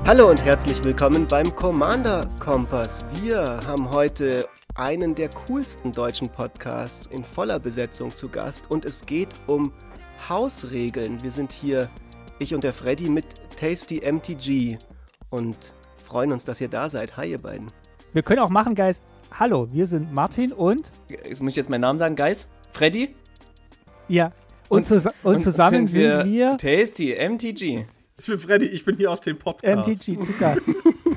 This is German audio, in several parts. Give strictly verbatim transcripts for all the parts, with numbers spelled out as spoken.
Hallo und herzlich willkommen beim Commander Kompass. Wir haben heute einen der coolsten deutschen Podcasts in voller Besetzung zu Gast und es geht um Hausregeln. Wir sind hier, ich und der Freddy mit Tasty M T G und freuen uns, dass ihr da seid. Hi ihr beiden. Wir können auch machen, Guys. Hallo, wir sind Martin und... Jetzt muss ich jetzt meinen Namen sagen, Guys? Freddy? Ja, und, und, zus- und, und zusammen sind wir, sind wir... Tasty M T G. Ich bin Freddy, ich bin hier aus dem Podcast. M T G zu Gast.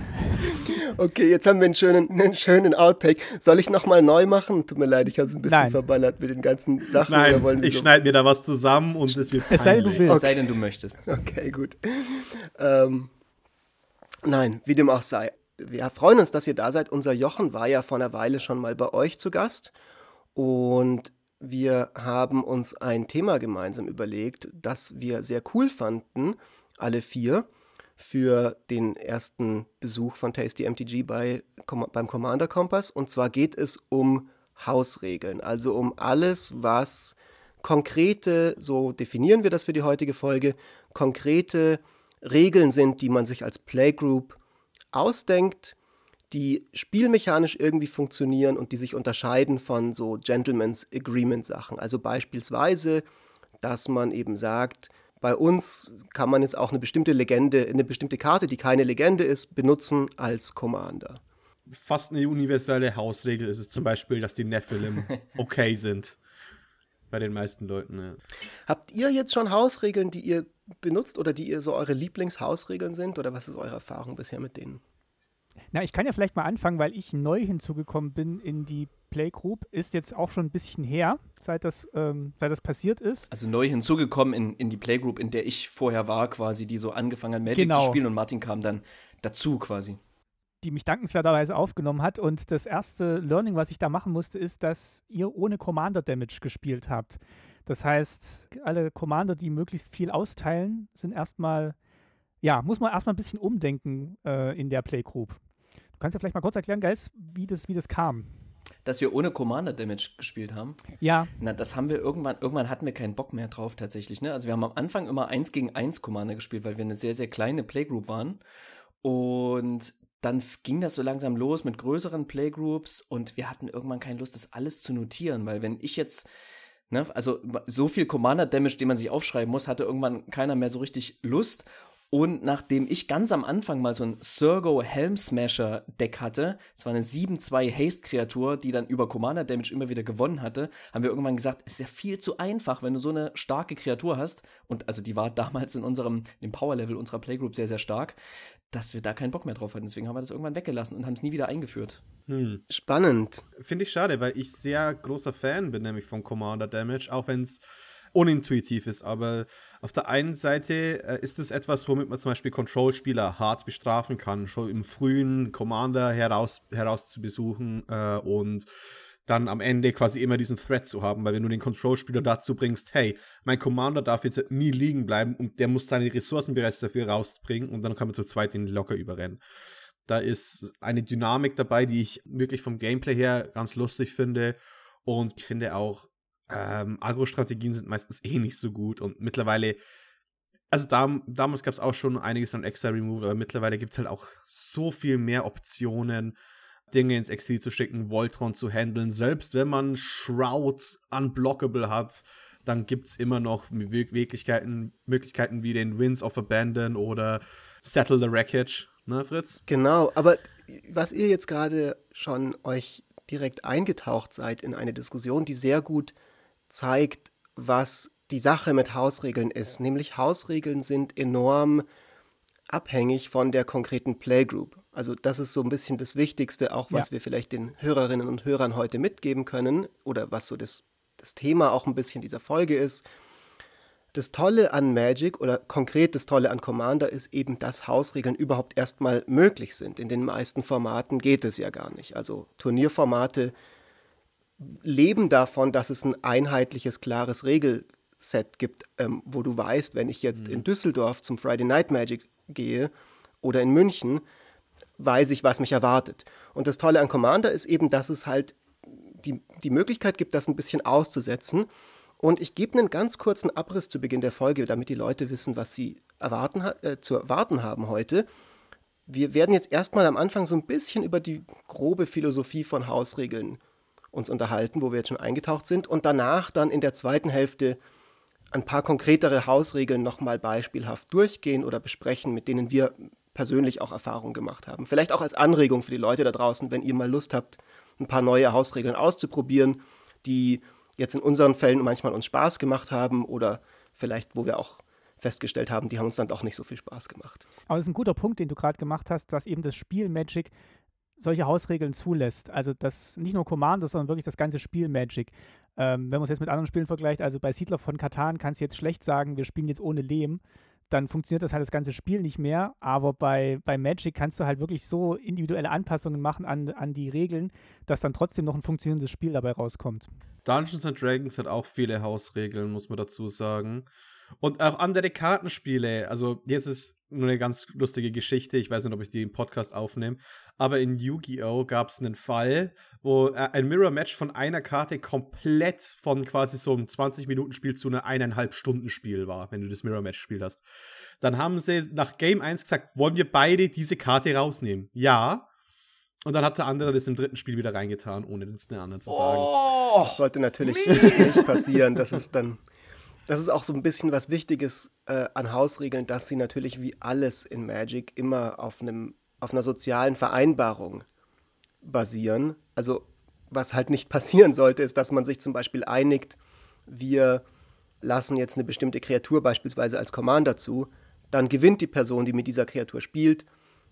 Okay, jetzt haben wir einen schönen, einen schönen Outtake. Soll ich nochmal neu machen? Tut mir leid, ich habe es ein bisschen Nein. verballert mit den ganzen Sachen. Nein, wollen ich so? schneide mir da was zusammen und es wird Es sei denn, du willst. Es sei denn, du möchtest. Okay, gut. Ähm, nein, wie dem auch sei. Wir freuen uns, dass ihr da seid. Unser Jochen war ja vor einer Weile schon mal bei euch zu Gast und wir haben uns ein Thema gemeinsam überlegt, das wir sehr cool fanden, alle vier, für den ersten Besuch von Tasty M T G bei, beim Commander Kompass. Und zwar geht es um Hausregeln, also um alles, was konkrete, so definieren wir das für die heutige Folge, konkrete Regeln sind, die man sich als Playgroup ausdenkt, die spielmechanisch irgendwie funktionieren und die sich unterscheiden von so Gentleman's Agreement Sachen. Also beispielsweise, dass man eben sagt, bei uns kann man jetzt auch eine bestimmte Legende, eine bestimmte Karte, die keine Legende ist, benutzen als Commander. Fast eine universelle Hausregel ist es zum Beispiel, dass die Nephilim okay sind. Bei den meisten Leuten, ja. Habt ihr jetzt schon Hausregeln, die ihr benutzt oder die ihr so eure Lieblingshausregeln sind? Oder was ist eure Erfahrung bisher mit denen? Na, ich kann ja vielleicht mal anfangen, weil ich neu hinzugekommen bin in die Playgroup. Ist jetzt auch schon ein bisschen her, seit das, ähm, seit das passiert ist. Also neu hinzugekommen in, in die Playgroup, in der ich vorher war, quasi, die so angefangen hat, Magic Genau. zu spielen und Martin kam dann dazu quasi. Die mich dankenswerterweise aufgenommen hat. Und das erste Learning, was ich da machen musste, ist, dass ihr ohne Commander-Damage gespielt habt. Das heißt, alle Commander, die möglichst viel austeilen, sind erstmal, ja, muss man erstmal ein bisschen umdenken äh, in der Playgroup. Du kannst ja vielleicht mal kurz erklären, Guys, wie das, wie das kam. Dass wir ohne Commander-Damage gespielt haben. Ja. Na, das haben wir irgendwann, irgendwann hatten wir keinen Bock mehr drauf tatsächlich, ne? Also wir haben am Anfang immer eins gegen eins Commander gespielt, weil wir eine sehr, sehr kleine Playgroup waren. Und dann f- ging das so langsam los mit größeren Playgroups und wir hatten irgendwann keine Lust, das alles zu notieren, weil wenn ich jetzt, ne, also so viel Commander-Damage, den man sich aufschreiben muss, hatte irgendwann keiner mehr so richtig Lust. Und nachdem ich ganz am Anfang mal so ein Surgo Helm Smasher Deck hatte, das war eine sieben zwei Haste-Kreatur, die dann über Commander Damage immer wieder gewonnen hatte, haben wir irgendwann gesagt, es ist ja viel zu einfach, wenn du so eine starke Kreatur hast, und also die war damals in unserem, im Power-Level unserer Playgroup sehr, sehr stark, dass wir da keinen Bock mehr drauf hatten. Deswegen haben wir das irgendwann weggelassen und haben es nie wieder eingeführt. Hm. Spannend. Finde ich schade, weil ich sehr großer Fan bin, nämlich von Commander Damage, auch wenn es unintuitiv ist. Aber auf der einen Seite äh, ist es etwas, womit man zum Beispiel Control-Spieler hart bestrafen kann, schon im frühen Commander heraus, heraus zu besuchen äh, und dann am Ende quasi immer diesen Threat zu haben, weil wenn du den Control-Spieler dazu bringst, hey, mein Commander darf jetzt nie liegen bleiben und der muss seine Ressourcen bereits dafür rausbringen und dann kann man zu zweit ihn locker überrennen. Da ist eine Dynamik dabei, die ich wirklich vom Gameplay her ganz lustig finde und ich finde auch, ähm, Agro-Strategien sind meistens eh nicht so gut und mittlerweile, also da, damals gab es auch schon einiges an Extra-Remove, aber mittlerweile gibt es halt auch so viel mehr Optionen, Dinge ins Exil zu schicken, Voltron zu handeln. Selbst wenn man Shroud unblockable hat, dann gibt es immer noch Möglichkeiten, Möglichkeiten wie den Winds of Abandon oder Settle the Wreckage, ne, Fritz? Genau, aber was ihr jetzt gerade schon euch direkt eingetaucht seid in eine Diskussion, die sehr gut zeigt, was die Sache mit Hausregeln ist. Nämlich Hausregeln sind enorm abhängig von der konkreten Playgroup. Also das ist so ein bisschen das Wichtigste, auch was Ja. wir vielleicht den Hörerinnen und Hörern heute mitgeben können oder was so das, das Thema auch ein bisschen dieser Folge ist. Das Tolle an Magic oder konkret das Tolle an Commander ist eben, dass Hausregeln überhaupt erstmal möglich sind. In den meisten Formaten geht es ja gar nicht. Also Turnierformate leben davon, dass es ein einheitliches, klares Regelset gibt, ähm, wo du weißt, wenn ich jetzt mhm. in Düsseldorf zum Friday Night Magic gehe oder in München, weiß ich, was mich erwartet. Und das Tolle an Commander ist eben, dass es halt die, die Möglichkeit gibt, das ein bisschen auszusetzen. Und ich gebe einen ganz kurzen Abriss zu Beginn der Folge, damit die Leute wissen, was sie erwarten, äh, zu erwarten haben heute. wir werden jetzt erstmal am Anfang so ein bisschen über die grobe Philosophie von Hausregeln uns unterhalten, wo wir jetzt schon eingetaucht sind und danach dann in der zweiten Hälfte ein paar konkretere Hausregeln nochmal beispielhaft durchgehen oder besprechen, mit denen wir persönlich auch Erfahrungen gemacht haben. Vielleicht auch als Anregung für die Leute da draußen, wenn ihr mal Lust habt, ein paar neue Hausregeln auszuprobieren, die jetzt in unseren Fällen manchmal uns Spaß gemacht haben oder vielleicht, wo wir auch festgestellt haben, die haben uns dann doch nicht so viel Spaß gemacht. Aber das ist ein guter Punkt, den du gerade gemacht hast, dass eben das Spiel Magic solche Hausregeln zulässt. Also das nicht nur Commander, sondern wirklich das ganze Spiel Magic. Ähm, wenn man es jetzt mit anderen Spielen vergleicht, also bei Siedler von Catan kannst du jetzt schlecht sagen, wir spielen jetzt ohne Lehm, dann funktioniert das halt das ganze Spiel nicht mehr, aber bei, bei Magic kannst du halt wirklich so individuelle Anpassungen machen an, an die Regeln, dass dann trotzdem noch ein funktionierendes Spiel dabei rauskommt. Dungeons and Dragons hat auch viele Hausregeln, muss man dazu sagen. Und auch andere Kartenspiele. Also, jetzt ist nur eine ganz lustige Geschichte. Ich weiß nicht, ob ich die im Podcast aufnehme. Aber in Yu-Gi-Oh! Gab es einen Fall, wo ein Mirror-Match von einer Karte komplett von quasi so einem zwanzig-Minuten-Spiel zu einer eineinhalb Stunden-Spiel war, wenn du das Mirror-Match gespielt hast. Dann haben sie nach Game eins gesagt, wollen wir beide diese Karte rausnehmen? Ja. Und dann hat der andere das im dritten Spiel wieder reingetan, ohne das den anderen zu sagen. Oh, das sollte natürlich nicht passieren. Das ist dann... Das ist auch so ein bisschen was Wichtiges äh, an Hausregeln, dass sie natürlich wie alles in Magic immer auf, einem, auf einer sozialen Vereinbarung basieren. Also was halt nicht passieren sollte, ist, dass man sich zum Beispiel einigt, wir lassen jetzt eine bestimmte Kreatur beispielsweise als Commander zu, dann gewinnt die Person, die mit dieser Kreatur spielt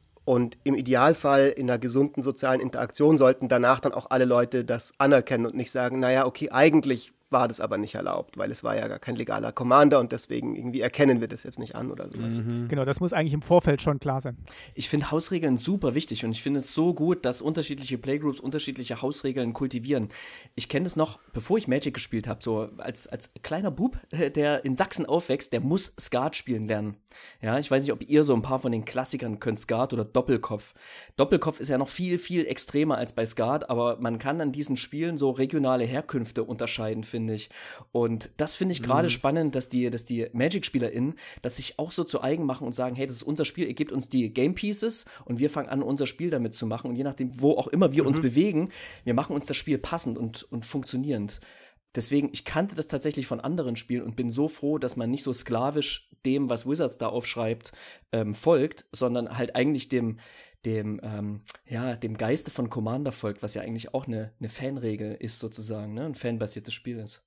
und im Idealfall in einer gesunden sozialen Interaktion sollten danach dann auch alle Leute das anerkennen und nicht sagen, naja, okay, eigentlich war das aber nicht erlaubt, weil es war ja gar kein legaler Commander und deswegen irgendwie erkennen wir das jetzt nicht an oder sowas. Mhm. Genau, das muss eigentlich im Vorfeld schon klar sein. Ich finde Hausregeln super wichtig und ich finde es so gut, dass unterschiedliche Playgroups unterschiedliche Hausregeln kultivieren. Ich kenne das noch, bevor ich Magic gespielt habe, so als, als kleiner Bub, der in Sachsen aufwächst, der muss Skat spielen lernen. Ja, ich weiß nicht, ob ihr so ein paar von den Klassikern könnt, Skat oder Doppelkopf. Doppelkopf ist ja noch viel, viel extremer als bei Skat, aber man kann an diesen Spielen so regionale Herkünfte unterscheiden, finde ich. Und das finde ich gerade mhm. spannend, dass die, dass die Magic-SpielerInnen das sich auch so zu eigen machen und sagen, hey, das ist unser Spiel, ihr gebt uns die Game Pieces und wir fangen an, unser Spiel damit zu machen. Und je nachdem, wo auch immer wir mhm. uns bewegen, wir machen uns das Spiel passend und, und funktionierend. Deswegen, ich kannte das tatsächlich von anderen Spielen und bin so froh, dass man nicht so sklavisch dem, was Wizards da aufschreibt, ähm, folgt, sondern halt eigentlich dem dem, ähm, ja, dem Geiste von Commander folgt, was ja eigentlich auch eine, eine Fanregel ist sozusagen, ne? Ein fanbasiertes Spiel ist.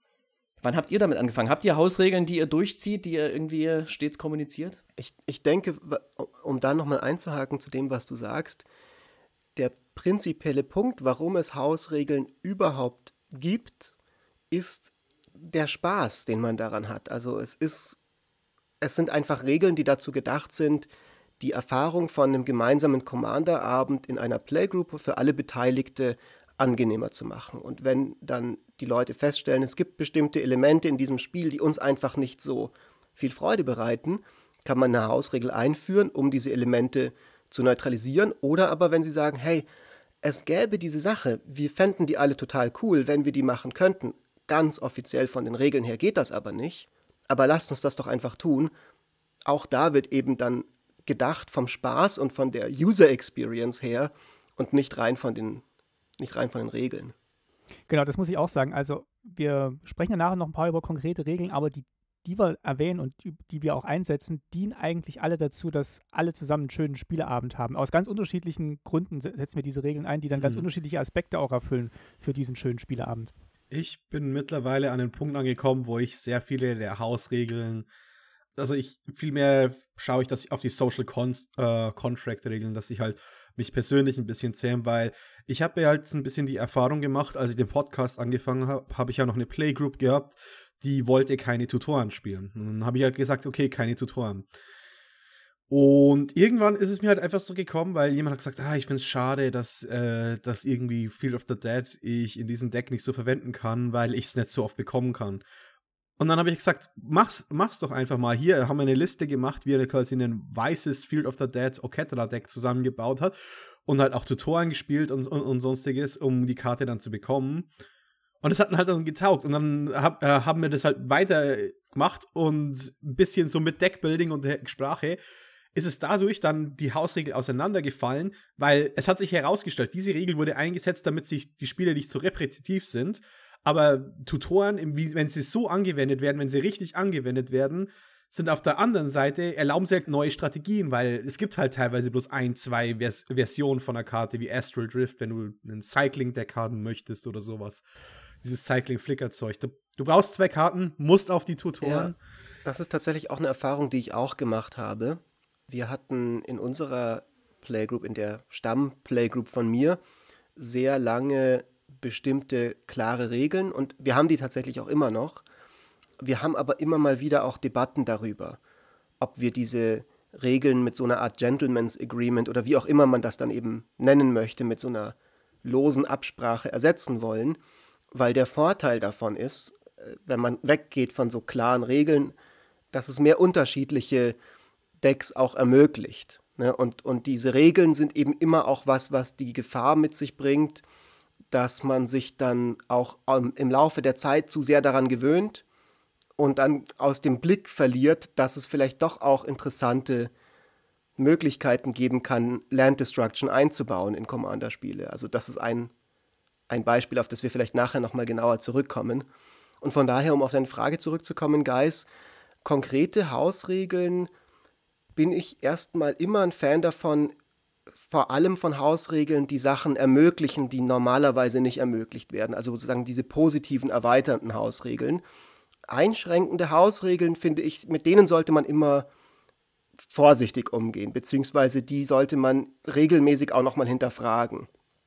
Wann habt ihr damit angefangen? Habt ihr Hausregeln, die ihr durchzieht, die ihr irgendwie stets kommuniziert? Ich, ich denke, um da nochmal einzuhaken zu dem, was du sagst, der prinzipielle Punkt, warum es Hausregeln überhaupt gibt, ist der Spaß, den man daran hat. Also es ist, es sind einfach Regeln, die dazu gedacht sind, die Erfahrung von einem gemeinsamen Commander-Abend in einer Playgroup für alle Beteiligte angenehmer zu machen. Und wenn dann die Leute feststellen, es gibt bestimmte Elemente in diesem Spiel, die uns einfach nicht so viel Freude bereiten, kann man eine Hausregel einführen, um diese Elemente zu neutralisieren. Oder aber wenn sie sagen, hey, es gäbe diese Sache, wir fänden die alle total cool, wenn wir die machen könnten. Ganz offiziell von den Regeln her geht das aber nicht. Aber lasst uns das doch einfach tun. Auch da wird eben dann gedacht vom Spaß und von der User Experience her und nicht rein von den, nicht rein von den Regeln. Genau, das muss ich auch sagen. Also wir sprechen ja nachher noch ein paar über konkrete Regeln, aber die, die wir erwähnen und die, die wir auch einsetzen, dienen eigentlich alle dazu, dass alle zusammen einen schönen Spieleabend haben. Aus ganz unterschiedlichen Gründen setzen wir diese Regeln ein, die dann mhm. ganz unterschiedliche Aspekte auch erfüllen für diesen schönen Spieleabend. Ich bin mittlerweile an den Punkt angekommen, wo ich sehr viele der Hausregeln Also ich, vielmehr schaue ich das auf die Social Con- äh, Contract-Regeln, dass ich halt mich persönlich ein bisschen zähme, weil ich habe ja halt ein bisschen die Erfahrung gemacht, als ich den Podcast angefangen habe, habe ich ja noch eine Playgroup gehabt, die wollte keine Tutoren spielen. Und dann habe ich halt gesagt, okay, keine Tutoren. Und irgendwann ist es mir halt einfach so gekommen, weil jemand hat gesagt, ah, ich finde es schade, dass, äh, dass irgendwie Field of the Dead ich in diesem Deck nicht so verwenden kann, weil ich es nicht so oft bekommen kann. Und dann habe ich gesagt, mach's, mach's doch einfach mal. Hier haben wir eine Liste gemacht, wie er quasi ein weißes Field of the Dead Oketra-Deck zusammengebaut hat und halt auch Tutoren gespielt und, und, und sonstiges, um die Karte dann zu bekommen. Und das hat dann halt dann getaugt. Und dann hab, äh, haben wir das halt weiter gemacht und ein bisschen so mit Deckbuilding und Sprache ist es dadurch dann die Hausregel auseinandergefallen, weil es hat sich herausgestellt, diese Regel wurde eingesetzt, damit sich die Spiele nicht so repetitiv sind, aber Tutoren, wenn sie so angewendet werden, wenn sie richtig angewendet werden, sind auf der anderen Seite, erlauben sie halt neue Strategien, weil es gibt halt teilweise bloß ein, zwei Vers- Versionen von einer Karte, wie Astral Drift, wenn du ein Cycling-Deck haben möchtest oder sowas. Dieses Cycling-Flicker-Zeug. Du, du brauchst zwei Karten, musst auf die Tutoren. Ja, das ist tatsächlich auch eine Erfahrung, die ich auch gemacht habe. Wir hatten in unserer Playgroup, in der Stamm-Playgroup von mir, sehr lange bestimmte klare Regeln und wir haben die tatsächlich auch immer noch. Wir haben aber immer mal wieder auch Debatten darüber, ob wir diese Regeln mit so einer Art Gentleman's Agreement oder wie auch immer man das dann eben nennen möchte, mit so einer losen Absprache ersetzen wollen, weil der Vorteil davon ist, wenn man weggeht von so klaren Regeln, dass es mehr unterschiedliche Decks auch ermöglicht. Ne? Und, und diese Regeln sind eben immer auch was, was die Gefahr mit sich bringt, dass man sich dann auch im Laufe der Zeit zu sehr daran gewöhnt und dann aus dem Blick verliert, dass es vielleicht doch auch interessante Möglichkeiten geben kann, Land Destruction einzubauen in Commander-Spiele. Also das ist ein, ein Beispiel, auf das wir vielleicht nachher nochmal genauer zurückkommen. Und von daher, um auf deine Frage zurückzukommen, Guys, konkrete Hausregeln bin ich erstmal immer ein Fan davon, vor allem von Hausregeln, die Sachen ermöglichen, die normalerweise nicht ermöglicht werden. Also sozusagen diese positiven, erweiternden Hausregeln. Einschränkende Hausregeln, finde ich, mit denen sollte man immer vorsichtig umgehen, beziehungsweise die sollte man regelmäßig auch nochmal hinterfragen.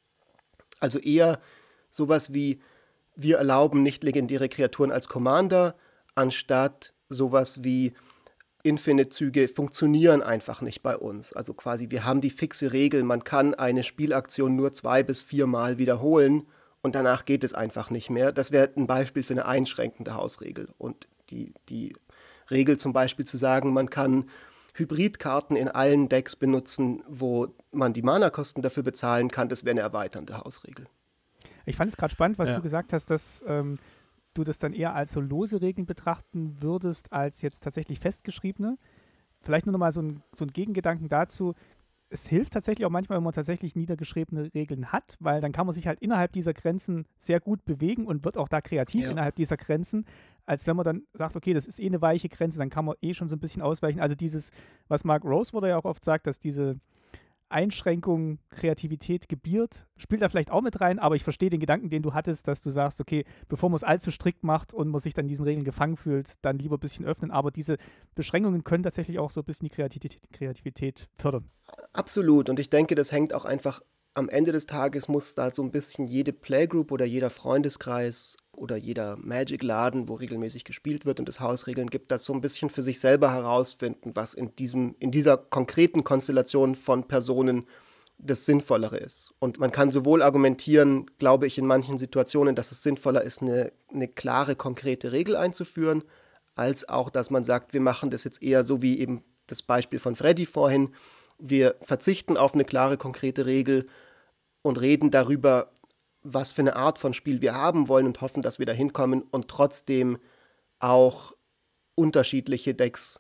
Also eher sowas wie, wir erlauben nicht legendäre Kreaturen als Commander, anstatt sowas wie Infinite-Züge funktionieren einfach nicht bei uns. Also quasi, wir haben die fixe Regel, man kann eine Spielaktion nur zwei bis viermal wiederholen und danach geht es einfach nicht mehr. Das wäre ein Beispiel für eine einschränkende Hausregel. Und die, die Regel zum Beispiel zu sagen, man kann Hybridkarten in allen Decks benutzen, wo man die Mana-Kosten dafür bezahlen kann, das wäre eine erweiternde Hausregel. Ich fand es gerade spannend, was Ja. du gesagt hast, dass ähm, du das dann eher als so lose Regeln betrachten würdest, als jetzt tatsächlich festgeschriebene. Vielleicht nur noch mal so ein, so ein Gegengedanken dazu. Es hilft tatsächlich auch manchmal, wenn man tatsächlich niedergeschriebene Regeln hat, weil dann kann man sich halt innerhalb dieser Grenzen sehr gut bewegen und wird auch da kreativ Ja. innerhalb dieser Grenzen, als wenn man dann sagt, okay, das ist eh eine weiche Grenze, dann kann man eh schon so ein bisschen ausweichen. Also dieses, was Mark Rosewater ja auch oft sagt, dass diese Einschränkung Kreativität gebiert, spielt da vielleicht auch mit rein, aber ich verstehe den Gedanken, den du hattest, dass du sagst, okay, bevor man es allzu strikt macht und man sich dann diesen Regeln gefangen fühlt, dann lieber ein bisschen öffnen, aber diese Beschränkungen können tatsächlich auch so ein bisschen die Kreativität, Kreativität fördern. Absolut. Und ich denke, das hängt auch einfach am Ende des Tages, muss da so ein bisschen jede Playgroup oder jeder Freundeskreis oder jeder Magic-Laden, wo regelmäßig gespielt wird und es Hausregeln gibt, das so ein bisschen für sich selber herausfinden, was in diesem, in dieser konkreten Konstellation von Personen das Sinnvollere ist. Und man kann sowohl argumentieren, glaube ich, in manchen Situationen, dass es sinnvoller ist, eine, eine klare, konkrete Regel einzuführen, als auch, dass man sagt, wir machen das jetzt eher so wie eben das Beispiel von Freddy vorhin. Wir verzichten auf eine klare, konkrete Regel und reden darüber, was für eine Art von Spiel wir haben wollen und hoffen, dass wir da hinkommen und trotzdem auch unterschiedliche Decks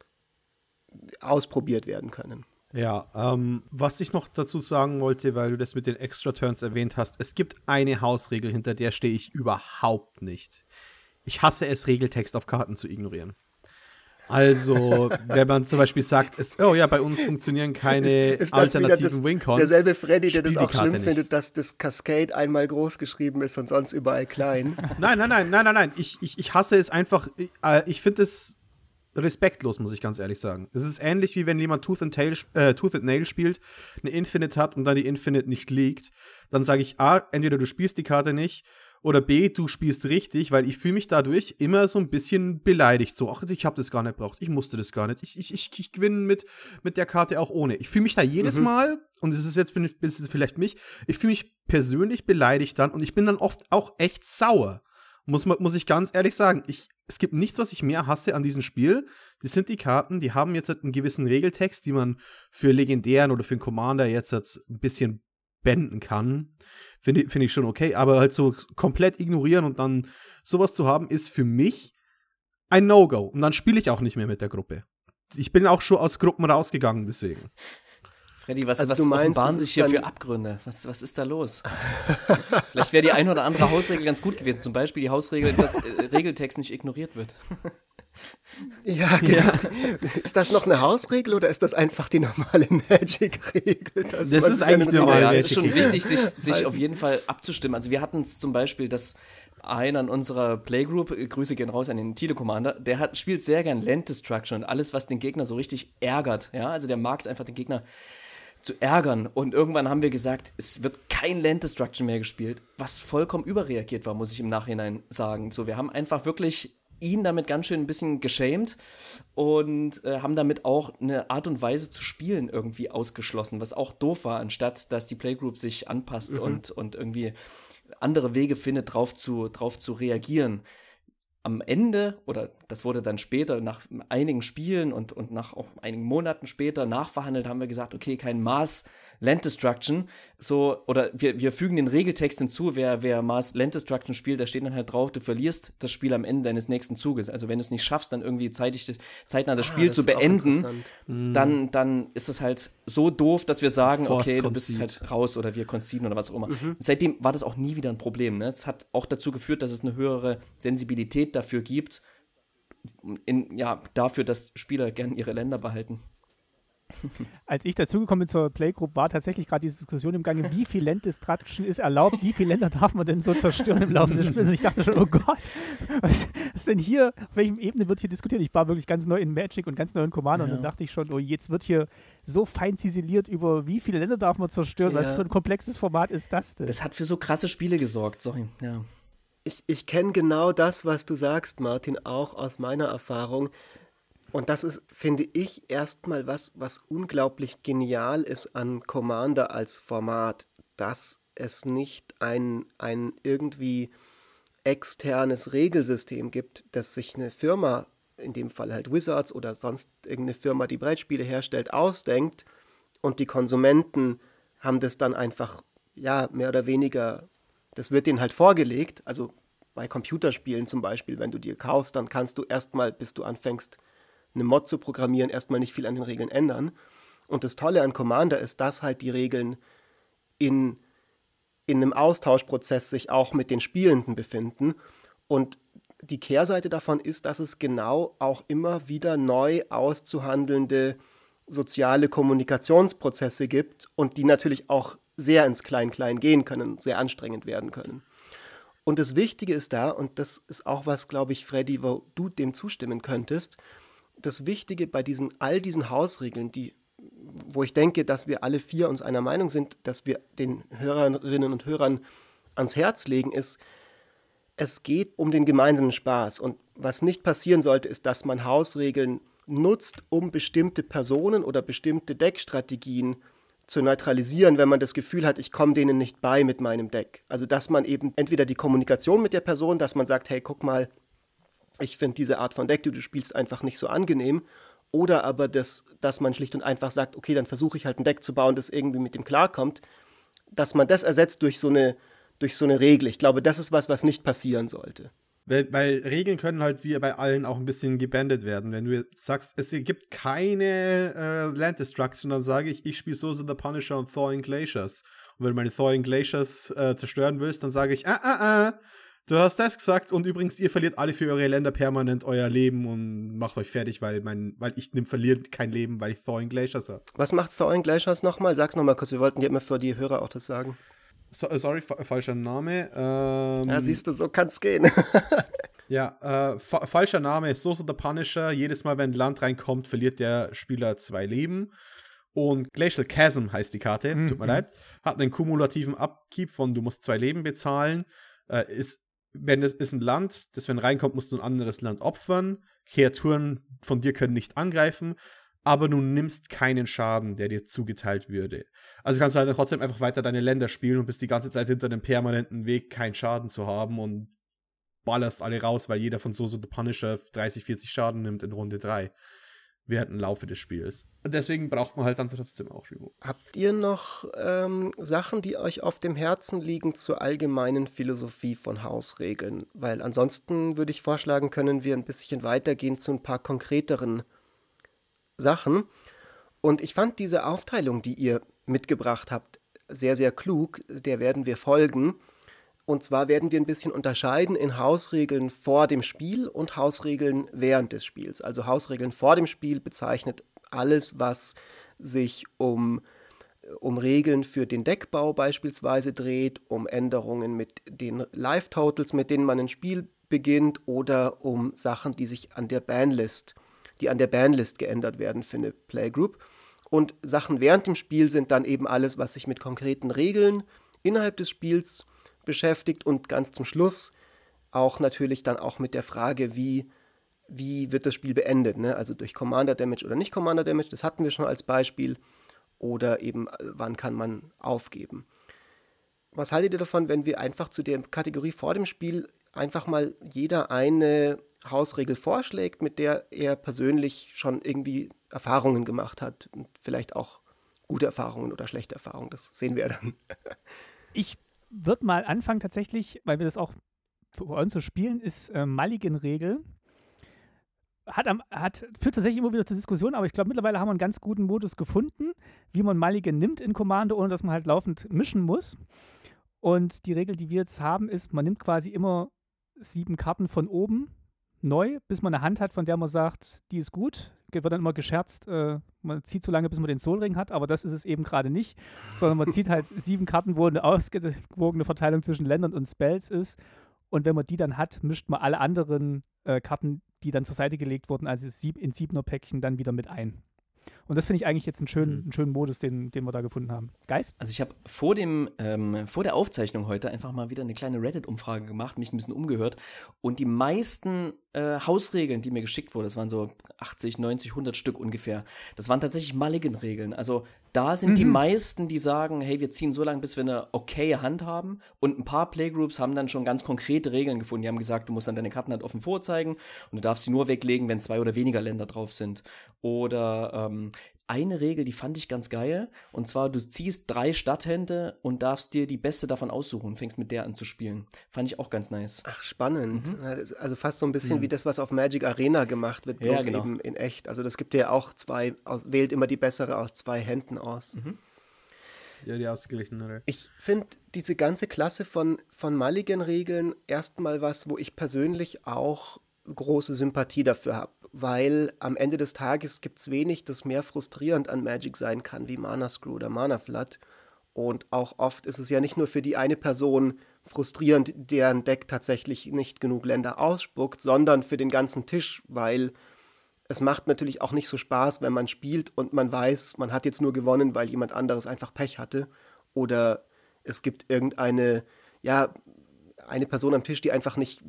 ausprobiert werden können. Ja, ähm, was ich noch dazu sagen wollte, weil du das mit den Extra Turns erwähnt hast, es gibt eine Hausregel, hinter der stehe ich überhaupt nicht. Ich hasse es, Regeltext auf Karten zu ignorieren. Also, wenn man zum Beispiel sagt, es, oh ja, bei uns funktionieren keine ist, ist das alternativen das, Wincons. derselbe Freddy, der spiel das auch die Karte schlimm nicht. findet, dass das Cascade einmal groß geschrieben ist und sonst überall klein. Nein, nein, nein, nein, nein, nein. Ich, ich, ich hasse es einfach. Ich, äh, ich finde es respektlos, muss ich ganz ehrlich sagen. Es ist ähnlich wie wenn jemand Tooth and, Tail, äh, Tooth and Nail spielt, eine Infinite hat und dann die Infinite nicht liegt. Dann sage ich A, entweder du spielst die Karte nicht oder B, du spielst richtig, weil ich fühle mich dadurch immer so ein bisschen beleidigt. So, ach, ich habe das gar nicht gebraucht, ich musste das gar nicht. Ich, ich, ich, ich gewinne mit, mit der Karte auch ohne. Ich fühle mich da jedes Mhm. Mal, und es ist jetzt bin, ist es vielleicht mich, ich fühle mich persönlich beleidigt dann und ich bin dann oft auch echt sauer. Muss, man- muss ich ganz ehrlich sagen. Ich, es gibt nichts, was ich mehr hasse an diesem Spiel. Das sind die Karten, die haben jetzt halt einen gewissen Regeltext, die man für Legendären oder für einen Commander jetzt halt ein bisschen benden kann. Finde ich- finde ich schon okay, aber halt so komplett ignorieren und dann sowas zu haben, ist für mich ein No-Go. Und dann spiele ich auch nicht mehr mit der Gruppe. ich bin auch schon aus Gruppen rausgegangen, deswegen. Freddy, was, Also was du meinst, offenbaren das sich ist hier dann- für Abgründe? Was, was ist da los? Vielleicht wäre die ein oder andere Hausregel ganz gut gewesen. Zum Beispiel die Hausregel, dass äh, Regeltext nicht ignoriert wird. Ja, genau. Ist das noch eine Hausregel oder ist das einfach die normale Magic-Regel? Das man ist sich eigentlich an den die normale Ja, Regeln- es ist schon Magic-Regel. wichtig, sich, sich Halten. auf jeden Fall abzustimmen. Also wir hatten es zum Beispiel, dass einer in unserer Playgroup, äh, Grüße gehen raus an den Tile-Commander, der hat, spielt sehr gern Land Destruction und alles, was den Gegner so richtig ärgert. Ja, also der mag es einfach, den Gegner zu ärgern. Und irgendwann haben wir gesagt, es wird kein Land Destruction mehr gespielt, was vollkommen überreagiert war, muss ich im Nachhinein sagen. So, wir haben einfach wirklich ihn damit ganz schön ein bisschen geschämt und äh, haben damit auch eine Art und Weise zu spielen irgendwie ausgeschlossen, was auch doof war, anstatt dass die Playgroup sich anpasst Mhm. und, und irgendwie andere Wege findet, drauf zu, drauf zu reagieren. Am Ende, oder das wurde dann später, nach einigen Spielen und, und nach auch einigen Monaten später nachverhandelt, haben wir gesagt, okay, kein Mass Land Destruction, so, oder wir, wir fügen den Regeltext hinzu, wer, wer Mass Land Destruction spielt, da steht dann halt drauf, du verlierst das Spiel am Ende deines nächsten Zuges. Also wenn du es nicht schaffst, dann irgendwie zeitig, zeitnah das Ah, Spiel das zu ist auch beenden, interessant. dann, dann ist es halt so doof, dass wir sagen, Forced okay, du bist Concede. halt raus oder wir conceden oder was auch immer. Mhm. Seitdem war das auch nie wieder ein Problem. Ne? Es hat auch dazu geführt, dass es eine höhere Sensibilität dafür gibt, in, ja, dafür, dass Spieler gern ihre Länder behalten. Als ich dazugekommen bin zur Playgroup, war tatsächlich gerade diese Diskussion im Gange, wie viel Land Destruction ist erlaubt, wie viele Länder darf man denn so zerstören im Laufe des Spiels? Und ich dachte schon, oh Gott, was ist denn hier, auf welchem Ebene wird hier diskutiert? Ich war wirklich ganz neu in Magic und ganz neu in Commander Ja. und dann dachte ich schon, oh, jetzt wird hier so fein ziseliert über wie viele Länder darf man zerstören, was Ja. für ein komplexes Format ist das denn? Das hat für so krasse Spiele gesorgt, sorry. Ja. Ich, ich kenne genau das, was du sagst, Martin, auch aus meiner Erfahrung. Und das ist, finde ich, erstmal was, was unglaublich genial ist an Commander als Format, dass es nicht ein, ein irgendwie externes Regelsystem gibt, das sich eine Firma, in dem Fall halt Wizards oder sonst irgendeine Firma, die Brettspiele herstellt, ausdenkt und die Konsumenten haben das dann einfach, ja, mehr oder weniger, das wird denen halt vorgelegt. Also bei Computerspielen zum Beispiel, wenn du dir kaufst, dann kannst du erstmal, bis du anfängst, eine Mod zu programmieren, erstmal nicht viel an den Regeln ändern. Und das Tolle an Commander ist, dass halt die Regeln in, in einem Austauschprozess sich auch mit den Spielenden befinden. Und die Kehrseite davon ist, dass es genau auch immer wieder neu auszuhandelnde soziale Kommunikationsprozesse gibt und die natürlich auch sehr ins Klein-Klein gehen können, sehr anstrengend werden können. Und das Wichtige ist da, und das ist auch was, glaube ich, Freddy, wo du dem zustimmen könntest, das Wichtige bei diesen, all diesen Hausregeln, die, wo ich denke, dass wir alle vier uns einer Meinung sind, dass wir den Hörerinnen und Hörern ans Herz legen, ist, es geht um den gemeinsamen Spaß. Und was nicht passieren sollte, ist, dass man Hausregeln nutzt, um bestimmte Personen oder bestimmte Deckstrategien zu neutralisieren, wenn man das Gefühl hat, ich komme denen nicht bei mit meinem Deck. Also dass man eben entweder die Kommunikation mit der Person, dass man sagt, hey, guck mal, ich finde diese Art von Deck, die du spielst, einfach nicht so angenehm. Oder aber, das, dass man schlicht und einfach sagt, okay, dann versuche ich halt ein Deck zu bauen, das irgendwie mit dem klarkommt. Dass man das ersetzt durch so eine, durch so eine Regel. Ich glaube, das ist was, was nicht passieren sollte. Weil, weil Regeln können halt wie bei allen auch ein bisschen gebandet werden. Wenn du jetzt sagst, es gibt keine äh, Land Destruction, dann sage ich, ich spiele Sosa the Punisher und Thawing Glaciers. Und wenn du meine Thawing Glaciers äh, zerstören willst, dann sage ich, ah, ah, ah, du hast das gesagt und übrigens, ihr verliert alle für eure Länder permanent euer Leben und macht euch fertig, weil, mein, weil ich nimm, verliere kein Leben, weil ich Thawing Glaciers habe. Was macht Thawing Glaciers nochmal? Sag's nochmal kurz, wir wollten ja immer für die Hörer auch das sagen. So, sorry, fa falscher Name. Ähm, Ja, siehst du, so kann's gehen. Ja, äh, fa falscher Name ist Sosa the Punisher. Jedes Mal, wenn ein Land reinkommt, verliert der Spieler zwei Leben. Und Glacial Chasm heißt die Karte, Mhm. tut mir leid, hat einen kumulativen Upkeep von du musst zwei Leben bezahlen. Äh, ist, wenn es ist ein Land, das wenn reinkommt, musst du ein anderes Land opfern. Kreaturen von dir können nicht angreifen, aber du nimmst keinen Schaden, der dir zugeteilt würde. Also kannst du halt trotzdem einfach weiter deine Länder spielen und bist die ganze Zeit hinter einem permanenten Weg, keinen Schaden zu haben und ballerst alle raus, weil jeder von Sosa the Punisher dreißig, vierzig Schaden nimmt in Runde drei. Während dem Laufe des Spiels. Und deswegen braucht man halt dann trotzdem auch Remote. Habt ihr noch ähm, Sachen, die euch auf dem Herzen liegen zur allgemeinen Philosophie von Hausregeln? Weil ansonsten würde ich vorschlagen, können wir ein bisschen weitergehen zu ein paar konkreteren Sachen. Und ich fand diese Aufteilung, die ihr mitgebracht habt, sehr, sehr klug. Der werden wir folgen. Und zwar werden wir ein bisschen unterscheiden in Hausregeln vor dem Spiel und Hausregeln während des Spiels. Also Hausregeln vor dem Spiel bezeichnet alles, was sich um, um Regeln für den Deckbau beispielsweise dreht, um Änderungen mit den Live-Totals, mit denen man ein Spiel beginnt, oder um Sachen, die sich an der Banlist, die an der Banlist geändert werden für eine Playgroup. Und Sachen während dem Spiel sind dann eben alles, was sich mit konkreten Regeln innerhalb des Spiels beschäftigt und ganz zum Schluss auch natürlich dann auch mit der Frage, wie, wie wird das Spiel beendet, ne? Also durch Commander Damage oder nicht Commander Damage, das hatten wir schon als Beispiel, oder eben wann kann man aufgeben. Was haltet ihr davon, wenn wir einfach zu der Kategorie vor dem Spiel einfach mal jeder eine Hausregel vorschlägt, mit der er persönlich schon irgendwie Erfahrungen gemacht hat und vielleicht auch gute Erfahrungen oder schlechte Erfahrungen, das sehen wir dann. Ich würde mal anfangen tatsächlich, weil wir das auch für uns so spielen, ist äh, Mulligan-Regel. Hat, am, hat, führt tatsächlich immer wieder zur Diskussion, aber ich glaube, mittlerweile haben wir einen ganz guten Modus gefunden, wie man Mulligan nimmt in Commander, ohne dass man halt laufend mischen muss. Und die Regel, die wir jetzt haben, ist, man nimmt quasi immer sieben Karten von oben neu, bis man eine Hand hat, von der man sagt, die ist gut. Wird dann immer gescherzt, äh, man zieht so lange, bis man den Soul-Ring hat, aber das ist es eben gerade nicht, sondern man zieht halt sieben Karten, wo eine ausgewogene Verteilung zwischen Ländern und Spells ist, und wenn man die dann hat, mischt man alle anderen äh, Karten, die dann zur Seite gelegt wurden, also sieb, in Siebener-Päckchen dann wieder mit ein. Und das finde ich eigentlich jetzt einen schönen, einen schönen Modus, den, den wir da gefunden haben. Geis? Also ich habe vor dem ähm, vor der Aufzeichnung heute einfach mal wieder eine kleine Reddit-Umfrage gemacht, mich ein bisschen umgehört, und die meisten äh, Hausregeln, die mir geschickt wurden, das waren so achtzig, neunzig, hundert Stück ungefähr, das waren tatsächlich Mulligan-Regeln. Also da sind mhm. die meisten, die sagen, hey, wir ziehen so lange, bis wir eine okaye Hand haben, und ein paar Playgroups haben dann schon ganz konkrete Regeln gefunden. Die haben gesagt, du musst dann deine Karten halt offen vorzeigen und du darfst sie nur weglegen, wenn zwei oder weniger Länder drauf sind. Oder ähm, eine Regel, die fand ich ganz geil, und zwar, du ziehst drei Stadthände und darfst dir die beste davon aussuchen und fängst mit der an zu spielen. Fand ich auch ganz nice. Ach, spannend. Mhm. Also fast so ein bisschen mhm. wie das, was auf Magic Arena gemacht wird, bloß ja, genau. eben in echt. Also das gibt ja auch zwei, aus, wählt immer die bessere aus zwei Händen aus. Mhm. Ja, die ausgeglichenere. Ich finde diese ganze Klasse von, von Mulligan-Regeln erstmal was, wo ich persönlich auch große Sympathie dafür habe, weil am Ende des Tages gibt es wenig, das mehr frustrierend an Magic sein kann wie Mana Screw oder Mana Flood. Und auch oft ist es ja nicht nur für die eine Person frustrierend, deren Deck tatsächlich nicht genug Länder ausspuckt, sondern für den ganzen Tisch, weil es macht natürlich auch nicht so Spaß, wenn man spielt und man weiß, man hat jetzt nur gewonnen, weil jemand anderes einfach Pech hatte. Oder es gibt irgendeine, ja, eine Person am Tisch, die einfach nicht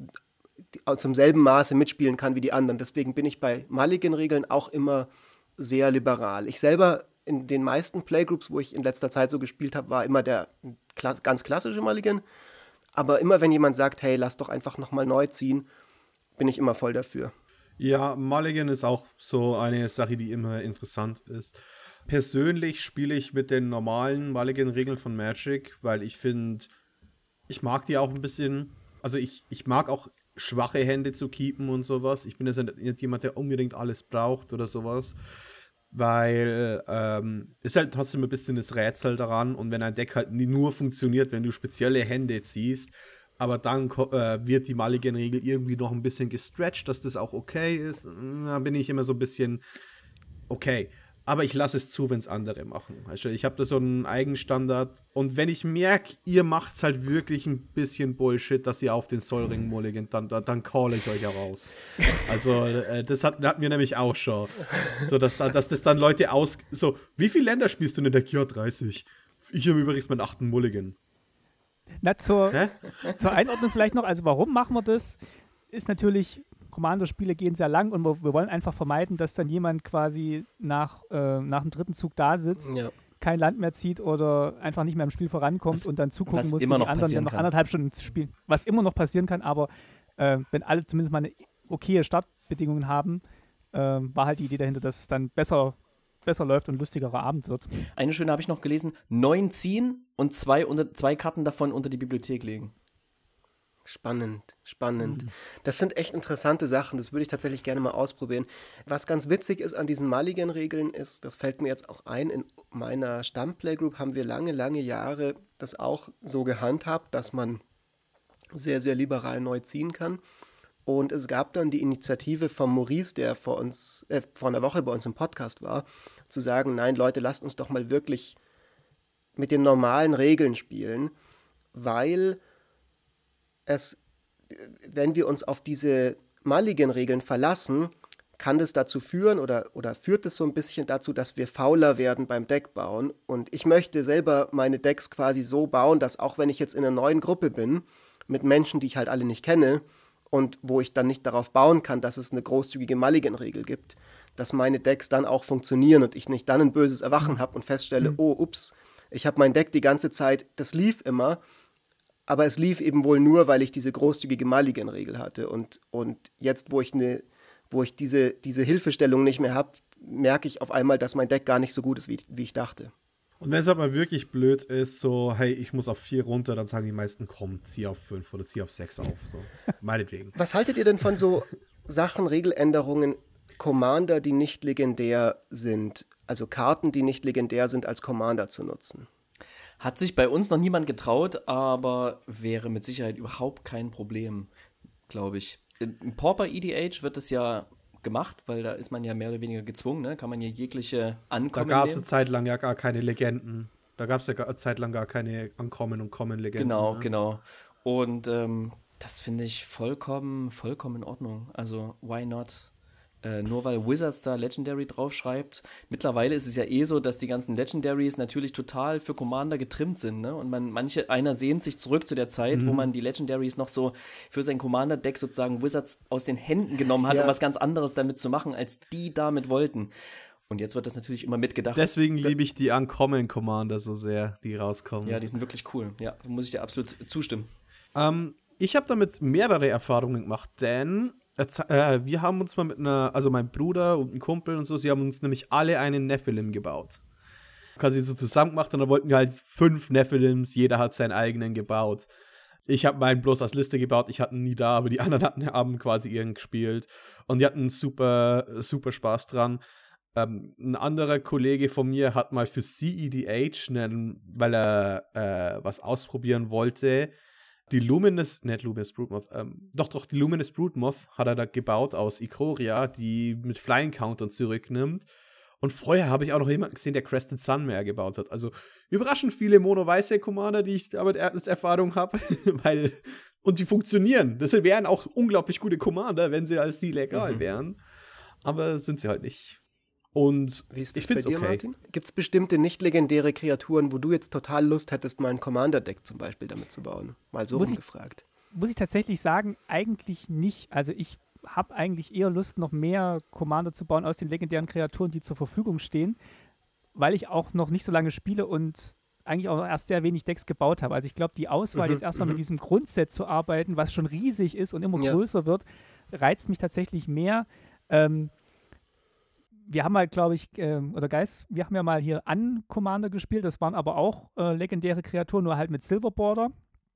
zum selben Maße mitspielen kann wie die anderen. Deswegen bin ich bei Mulligan-Regeln auch immer sehr liberal. Ich selber in den meisten Playgroups, wo ich in letzter Zeit so gespielt habe, war immer der kla- ganz klassische Mulligan. Aber immer wenn jemand sagt, hey, lass doch einfach nochmal neu ziehen, bin ich immer voll dafür. Ja, Mulligan ist auch so eine Sache, die immer interessant ist. Persönlich spiele ich mit den normalen Mulligan-Regeln von Magic, weil ich finde, ich mag die auch ein bisschen, also ich, ich mag auch schwache Hände zu keepen und sowas. Ich bin jetzt nicht jemand, der unbedingt alles braucht oder sowas, weil ähm, ist halt trotzdem ein bisschen das Rätsel daran, und wenn ein Deck halt nur funktioniert, wenn du spezielle Hände ziehst, aber dann äh, wird die Mulligan-Regel irgendwie noch ein bisschen gestretched, dass das auch okay ist, da bin ich immer so ein bisschen okay. Aber ich lasse es zu, wenn es andere machen. Also ich habe da so einen Eigenstandard. Und wenn ich merke, ihr macht es halt wirklich ein bisschen Bullshit, dass ihr auf den Soul-Ring mulligant, dann, dann, dann call ich euch heraus. Also äh, das hat, hatten wir nämlich auch schon. So, dass, da, dass das dann Leute aus... So, wie viele Länder spielst du in der Deck? Ja, dreißig. Ich habe übrigens meinen achten Mulligan. Na, zur, zur Einordnung vielleicht noch. Also warum machen wir das? Ist natürlich... Commander-Spiele gehen sehr lang, und wir, wir wollen einfach vermeiden, dass dann jemand quasi nach, äh, nach dem dritten Zug da sitzt, ja. kein Land mehr zieht oder einfach nicht mehr im Spiel vorankommt was, und dann zugucken muss, wie die anderen dann noch kann. anderthalb Stunden spielen. Was immer noch passieren kann, aber äh, wenn alle zumindest mal eine okaye Startbedingungen haben, äh, war halt die Idee dahinter, dass es dann besser, besser läuft und lustigerer Abend wird. Eine schöne habe ich noch gelesen, neun ziehen und zwei, unter, zwei Karten davon unter die Bibliothek legen. Spannend, spannend. Mhm. Das sind echt interessante Sachen, das würde ich tatsächlich gerne mal ausprobieren. Was ganz witzig ist an diesen Mulligan-Regeln ist, das fällt mir jetzt auch ein, in meiner Stammplaygroup haben wir lange, lange Jahre das auch so gehandhabt, dass man sehr, sehr liberal neu ziehen kann. Und es gab dann die Initiative von Maurice, der vor uns, äh, vor einer Woche bei uns im Podcast war, zu sagen, nein Leute, lasst uns doch mal wirklich mit den normalen Regeln spielen, weil es, wenn wir uns auf diese Mulligan-Regeln verlassen, kann das dazu führen oder, oder führt es so ein bisschen dazu, dass wir fauler werden beim Deckbauen. Und ich möchte selber meine Decks quasi so bauen, dass auch wenn ich jetzt in einer neuen Gruppe bin, mit Menschen, die ich halt alle nicht kenne und wo ich dann nicht darauf bauen kann, dass es eine großzügige Mulligan-Regel gibt, dass meine Decks dann auch funktionieren und ich nicht dann ein böses Erwachen habe und feststelle, Mhm. oh, ups, ich habe mein Deck die ganze Zeit, das lief immer, aber es lief eben wohl nur, weil ich diese großzügige Mulligan-Regel hatte. Und, und jetzt, wo ich, ne, wo ich diese, diese Hilfestellung nicht mehr habe, merke ich auf einmal, dass mein Deck gar nicht so gut ist, wie, wie ich dachte. Und wenn es aber wirklich blöd ist, so, hey, ich muss auf vier runter, dann sagen die meisten, komm, zieh auf fünf oder zieh auf sechs auf. So. Meinetwegen. Was haltet ihr denn von so Sachen, Regeländerungen, Commander, die nicht legendär sind? Also Karten, die nicht legendär sind, als Commander zu nutzen? Hat sich bei uns noch niemand getraut, aber wäre mit Sicherheit überhaupt kein Problem, glaube ich. Im Pauper E D H wird das ja gemacht, weil da ist man ja mehr oder weniger gezwungen, ne? Kann man ja jegliche Da Ankommen gab es eine nehmen. Zeit lang ja gar keine Legenden. Da gab es ja eine Zeit lang gar keine Ankommen und Kommen-Legenden. Genau, ne? genau. Und ähm, das finde ich vollkommen, vollkommen in Ordnung. Also, why not? Äh, nur weil Wizards da Legendary draufschreibt. Mittlerweile ist es ja eh so, dass die ganzen Legendaries natürlich total für Commander getrimmt sind, ne? Und man, manche, einer sehnt sich zurück zu der Zeit, Mhm. wo man die Legendaries noch so für sein Commander-Deck sozusagen Wizards aus den Händen genommen hat, Ja. um was ganz anderes damit zu machen, als die damit wollten. Und jetzt wird das natürlich immer mitgedacht. Deswegen liebe ich die Uncommon-Commander so sehr, die rauskommen. Ja, die sind wirklich cool. Ja, da muss ich dir absolut zustimmen. Ähm, ich habe damit mehrere Erfahrungen gemacht, denn äh, z- äh, wir haben uns mal mit einer, also mein Bruder und ein Kumpel und so, sie haben uns nämlich alle einen Nephilim gebaut. Quasi so zusammen gemacht und dann wollten wir halt fünf Nephilims, jeder hat seinen eigenen gebaut. Ich habe meinen bloß als Liste gebaut, ich hatte ihn nie da, aber die anderen hatten, haben quasi ihren gespielt und die hatten super, super Spaß dran. Ähm, ein anderer Kollege von mir hat mal für C E D H, einen, weil er äh, was ausprobieren wollte, die Luminous, nicht Luminous Broodmoth, ähm, doch, doch, die Luminous Broodmoth hat er da gebaut aus Ikoria, die mit Flying Countern zurücknimmt. Und vorher habe ich auch noch jemanden gesehen, der Crested Sunmare gebaut hat. Also überraschend viele mono-weiße Commander, die ich damit als Erfahrung habe, weil, und die funktionieren. Das wären auch unglaublich gute Commander, wenn sie als die legal Mhm. wären. Aber sind sie halt nicht. Und Wie ist ich das bei find's dir, okay. Martin? Gibt es bestimmte nicht legendäre Kreaturen, wo du jetzt total Lust hättest, mal ein Commander-Deck zum Beispiel damit zu bauen? Mal so Muss ich- rumgefragt. Muss ich tatsächlich sagen, eigentlich nicht. Also ich habe eigentlich eher Lust, noch mehr Commander zu bauen aus den legendären Kreaturen, die zur Verfügung stehen, weil ich auch noch nicht so lange spiele und eigentlich auch erst sehr wenig Decks gebaut habe. Also ich glaube, die Auswahl, Mhm, jetzt erstmal mhm. mit diesem Grundset zu arbeiten, was schon riesig ist und immer Ja. größer wird, reizt mich tatsächlich mehr. Ähm, wir haben halt, glaube ich, ähm, oder Geist, wir haben ja mal hier an Commander gespielt, das waren aber auch äh, legendäre Kreaturen, nur halt mit Silver Border.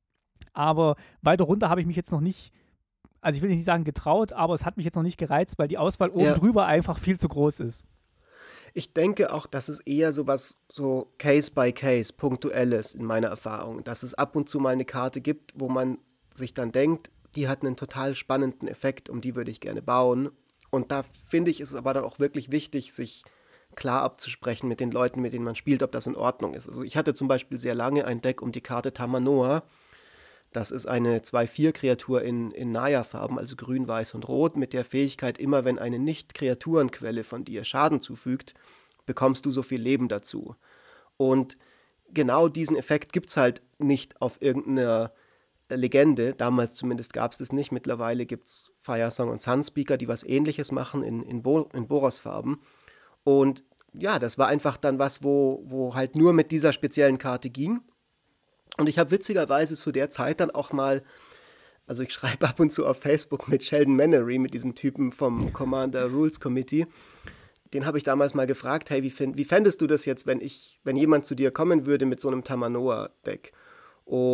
Aber weiter runter habe ich mich jetzt noch nicht, also ich will nicht sagen getraut, aber es hat mich jetzt noch nicht gereizt, weil die Auswahl oben Ja. drüber einfach viel zu groß ist. Ich denke auch, dass es eher sowas so Case-by-Case, punktuelles in meiner Erfahrung, dass es ab und zu mal eine Karte gibt, wo man sich dann denkt, die hat einen total spannenden Effekt, um die würde ich gerne bauen. Und da finde ich, ist es aber dann auch wirklich wichtig, sich klar abzusprechen mit den Leuten, mit denen man spielt, ob das in Ordnung ist. Also ich hatte zum Beispiel sehr lange ein Deck um die Karte Tamanoa. Das ist eine zwei vier Kreatur in, in Naya-Farben, also grün, weiß und rot, mit der Fähigkeit, immer wenn eine Nicht-Kreaturenquelle von dir Schaden zufügt, bekommst du so viel Leben dazu. Und genau diesen Effekt gibt es halt nicht auf irgendeiner Legende. Damals zumindest gab es das nicht. Mittlerweile gibt es Firesong und Sunspeaker, die was Ähnliches machen in, in, Bo in Boros-Farben. Und ja, das war einfach dann was, wo, wo halt nur mit dieser speziellen Karte ging. Und ich habe witzigerweise zu der Zeit dann auch mal, also ich schreibe ab und zu auf Facebook mit Sheldon Mannery, mit diesem Typen vom Commander Rules Committee. Den habe ich damals mal gefragt, hey, wie, find, wie fändest du das jetzt, wenn ich, wenn jemand zu dir kommen würde mit so einem Tamanoa-Deck? Und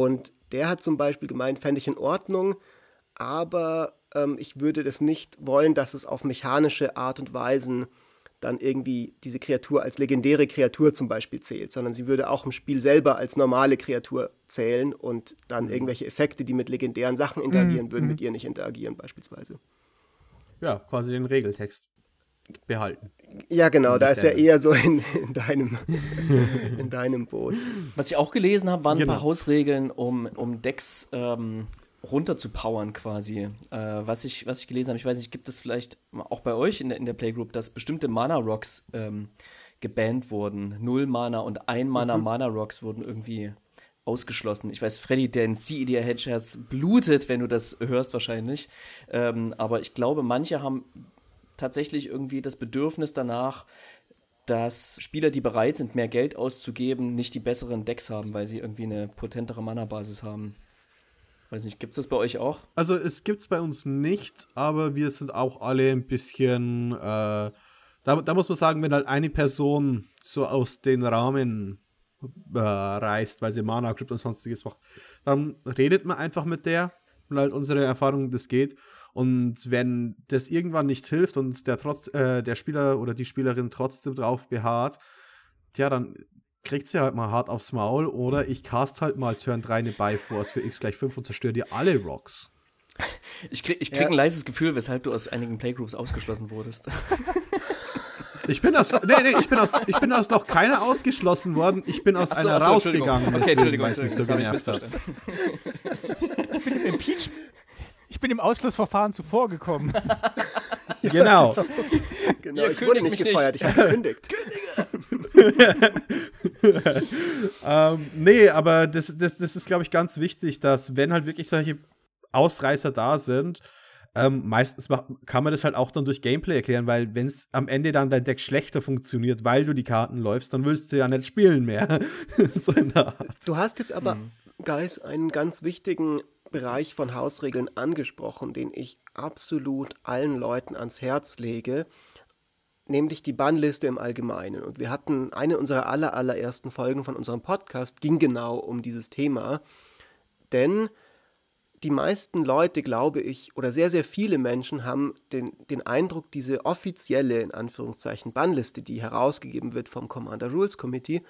der hat zum Beispiel gemeint, fände ich in Ordnung, aber ähm, ich würde das nicht wollen, dass es auf mechanische Art und Weisen dann irgendwie diese Kreatur als legendäre Kreatur zum Beispiel zählt, sondern sie würde auch im Spiel selber als normale Kreatur zählen und dann mhm. irgendwelche Effekte, die mit legendären Sachen interagieren, mhm. würden mit ihr nicht interagieren beispielsweise. Ja, quasi den Regeltext behalten. Ja, genau, da ist er eher so in, in, deinem, in deinem Boot. Was ich auch gelesen habe, waren genau. ein paar Hausregeln, um, um Decks ähm, runter zu powern quasi. Äh, was, ich, was ich gelesen habe, ich weiß nicht, gibt es vielleicht auch bei euch in der, in der Playgroup, dass bestimmte Mana-Rocks ähm, gebannt wurden. Null Mana und ein Mana mhm. Mana-Rocks wurden irgendwie ausgeschlossen. Ich weiß, Freddy, dein C E D-Hedgeherz blutet, wenn du das hörst wahrscheinlich. Ähm, aber ich glaube, manche haben tatsächlich irgendwie das Bedürfnis danach, dass Spieler, die bereit sind, mehr Geld auszugeben, nicht die besseren Decks haben, weil sie irgendwie eine potentere Mana-Basis haben. Weiß nicht, gibt's das bei euch auch? Also es gibt's bei uns nicht, aber wir sind auch alle ein bisschen, äh, da, da muss man sagen, wenn halt eine Person so aus den Rahmen äh, reißt, weil sie Mana kriegt und sonstiges macht, dann redet man einfach mit der, und halt unsere Erfahrung, das geht. Und wenn das irgendwann nicht hilft und der, trotz, äh, der Spieler oder die Spielerin trotzdem drauf beharrt, tja, dann kriegt sie halt mal hart aufs Maul oder ich cast halt mal Turn drei eine Bifrost für x gleich fünf und zerstöre dir alle Rocks. Ich krieg, ich krieg Ja. ein leises Gefühl, weshalb du aus einigen Playgroups ausgeschlossen wurdest. Ich bin aus, nee, nee, ich bin aus, ich bin aus noch keiner ausgeschlossen worden, ich bin aus Ach so, einer ach so, rausgegangen, Okay, Entschuldigung, weil es mich so Entschuldigung, genervt das hat. Ich bin im Impeach- ich bin im Ausschlussverfahren zuvor gekommen. Genau. Genau, Ihr ich wurde kündigt nicht mich gefeuert, nicht. ich habe gekündigt. ähm, nee, aber das, das, das ist, glaube ich, ganz wichtig, dass wenn halt wirklich solche Ausreißer da sind, ähm, meistens macht, kann man das halt auch dann durch Gameplay erklären, weil wenn es am Ende dann dein Deck schlechter funktioniert, weil du die Karten läufst, dann willst du ja nicht spielen mehr. So in der Art. Du hast jetzt aber, Mhm. Guys, einen ganz wichtigen Bereich von Hausregeln angesprochen, den ich absolut allen Leuten ans Herz lege, nämlich die Bannliste im Allgemeinen. Und wir hatten eine unserer aller, allerersten Folgen von unserem Podcast, ging genau um dieses Thema, denn die meisten Leute, glaube ich, oder sehr, sehr viele Menschen haben den, den Eindruck, diese offizielle, in Anführungszeichen, Bannliste, die herausgegeben wird vom Commander Rules Committee,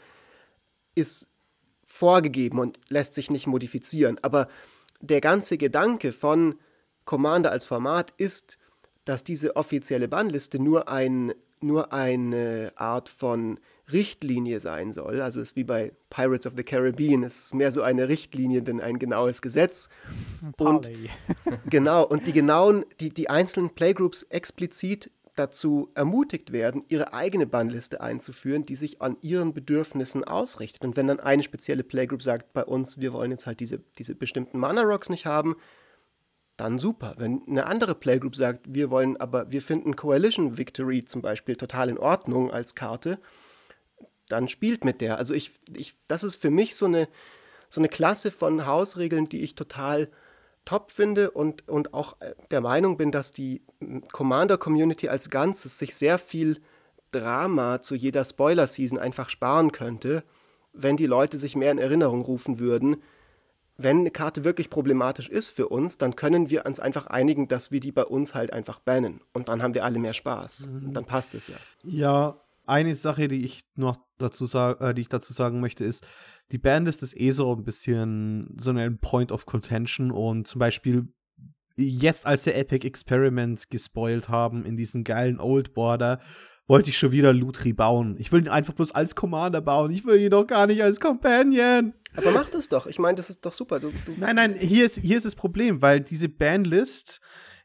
ist vorgegeben und lässt sich nicht modifizieren. Aber der ganze Gedanke von Commander als Format ist, dass diese offizielle Bannliste nur, ein, nur eine Art von Richtlinie sein soll. Also es ist wie bei Pirates of the Caribbean, es ist mehr so eine Richtlinie, denn ein genaues Gesetz. Und Parley. genau, und die genauen, die, die einzelnen Playgroups explizit dazu ermutigt werden, ihre eigene Bannliste einzuführen, die sich an ihren Bedürfnissen ausrichtet. Und wenn dann eine spezielle Playgroup sagt, bei uns, wir wollen jetzt halt diese, diese bestimmten Mana-Rocks nicht haben, dann super. Wenn eine andere Playgroup sagt, wir wollen aber, wir finden Coalition Victory zum Beispiel total in Ordnung als Karte, dann spielt mit der. Also ich, ich, das ist für mich so eine, so eine Klasse von Hausregeln, die ich total top finde und, und auch der Meinung bin, dass die Commander-Community als Ganzes sich sehr viel Drama zu jeder Spoiler-Season einfach sparen könnte, wenn die Leute sich mehr in Erinnerung rufen würden. Wenn eine Karte wirklich problematisch ist für uns, dann können wir uns einfach einigen, dass wir die bei uns halt einfach bannen. Und dann haben wir alle mehr Spaß. Und dann passt es ja. Ja, eine Sache, die ich noch dazu sag, äh, die ich dazu sagen möchte, ist, die Bannlist ist eh so ein bisschen so ein Point of Contention und zum Beispiel jetzt, als wir Epic Experiment gespoilt haben in diesem geilen Old Border, wollte ich schon wieder Lutri bauen. Ich will ihn einfach bloß als Commander bauen. Ich will ihn doch gar nicht als Companion. Aber mach das doch. Ich meine, das ist doch super. Du, du Nein, nein, hier ist, hier ist das Problem, weil diese Bannlist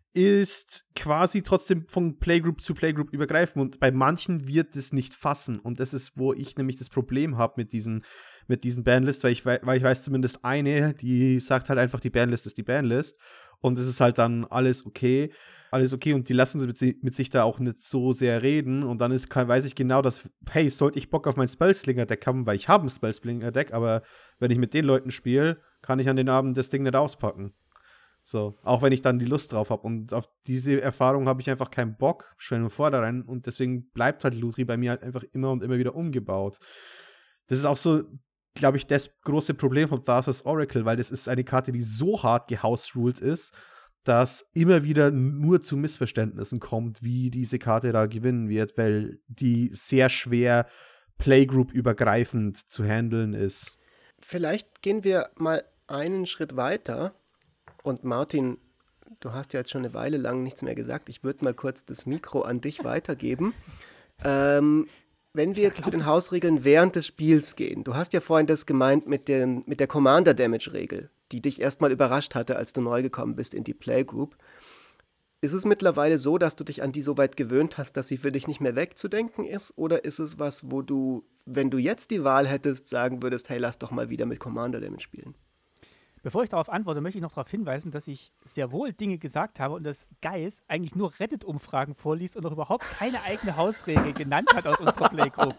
ist quasi trotzdem von Playgroup zu Playgroup übergreifend und bei manchen wird es nicht fassen und das ist, wo ich nämlich das Problem habe mit diesen, mit diesen Banlist, weil ich, weil ich weiß zumindest eine, die sagt halt einfach, die Banlist ist die Banlist und es ist halt dann alles okay, alles okay und die lassen sie mit, mit sich da auch nicht so sehr reden und dann ist, kann, weiß ich genau, dass, hey, sollte ich Bock auf mein Spellslinger-Deck haben, weil ich habe ein Spellslinger-Deck, aber wenn ich mit den Leuten spiele, kann ich an den Abend das Ding nicht auspacken. So, auch wenn ich dann die Lust drauf habe. Und auf diese Erfahrung habe ich einfach keinen Bock, schon im Vornherein. Und deswegen bleibt halt Lutri bei mir halt einfach immer und immer wieder umgebaut. Das ist auch so glaube ich, das große Problem von Thassa's Oracle, weil das ist eine Karte, die so hart gehouse-ruled ist, dass immer wieder nur zu Missverständnissen kommt, wie diese Karte da gewinnen wird, weil die sehr schwer Playgroup-übergreifend zu handeln ist. Vielleicht gehen wir mal einen Schritt weiter und Martin, du hast ja jetzt schon eine Weile lang nichts mehr gesagt. Ich würde mal kurz das Mikro an dich weitergeben. Ähm, wenn wir jetzt zu den Hausregeln während des Spiels gehen, du hast ja vorhin das gemeint mit, den, mit der Commander-Damage-Regel, die dich erstmal überrascht hatte, als du neu gekommen bist in die Playgroup. Ist es mittlerweile so, dass du dich an die so weit gewöhnt hast, dass sie für dich nicht mehr wegzudenken ist? Oder ist es was, wo du, wenn du jetzt die Wahl hättest, sagen würdest, hey, lass doch mal wieder mit Commander-Damage spielen? Bevor ich darauf antworte, möchte ich noch darauf hinweisen, dass ich sehr wohl Dinge gesagt habe und dass Geis eigentlich nur Reddit-Umfragen vorliest und noch überhaupt keine eigene Hausregel genannt hat aus unserer Playgroup.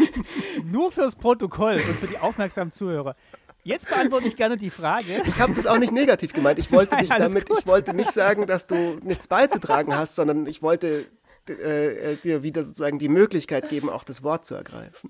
Nur fürs Protokoll und für die aufmerksamen Zuhörer. Jetzt beantworte ich gerne die Frage. Ich habe das auch nicht negativ gemeint. Ich wollte Nein, dich alles damit, gut. ich wollte nicht sagen, dass du nichts beizutragen hast, sondern ich wollte äh, dir wieder sozusagen die Möglichkeit geben, auch das Wort zu ergreifen.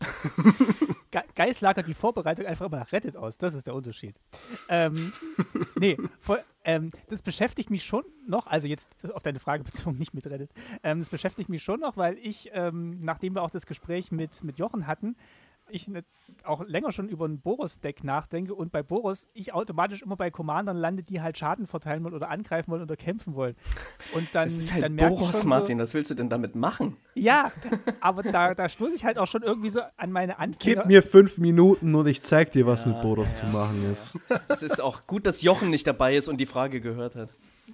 Ge- Geis lagert die Vorbereitung einfach immer nach Reddit aus. Das ist der Unterschied. Ähm, nee, voll, ähm, das beschäftigt mich schon noch, also jetzt auf deine Frage bezogen, nicht mit Reddit. Ähm, das beschäftigt mich schon noch, weil ich, ähm, nachdem wir auch das Gespräch mit, mit Jochen hatten, ich ne, auch länger schon über ein Boros-Deck nachdenke und bei Boros ich automatisch immer bei Commandern lande, die halt Schaden verteilen wollen oder angreifen wollen oder kämpfen wollen. Und dann, Das ist halt dann merke ich Boros, schon Martin, so, was willst du denn damit machen? ja, aber da, da stoße ich halt auch schon irgendwie so an meine Anfänger. Gib mir fünf Minuten und ich zeig dir, was Ja, mit Boros ja. zu machen ist. Es ist auch gut, dass Jochen nicht dabei ist und die Frage gehört hat.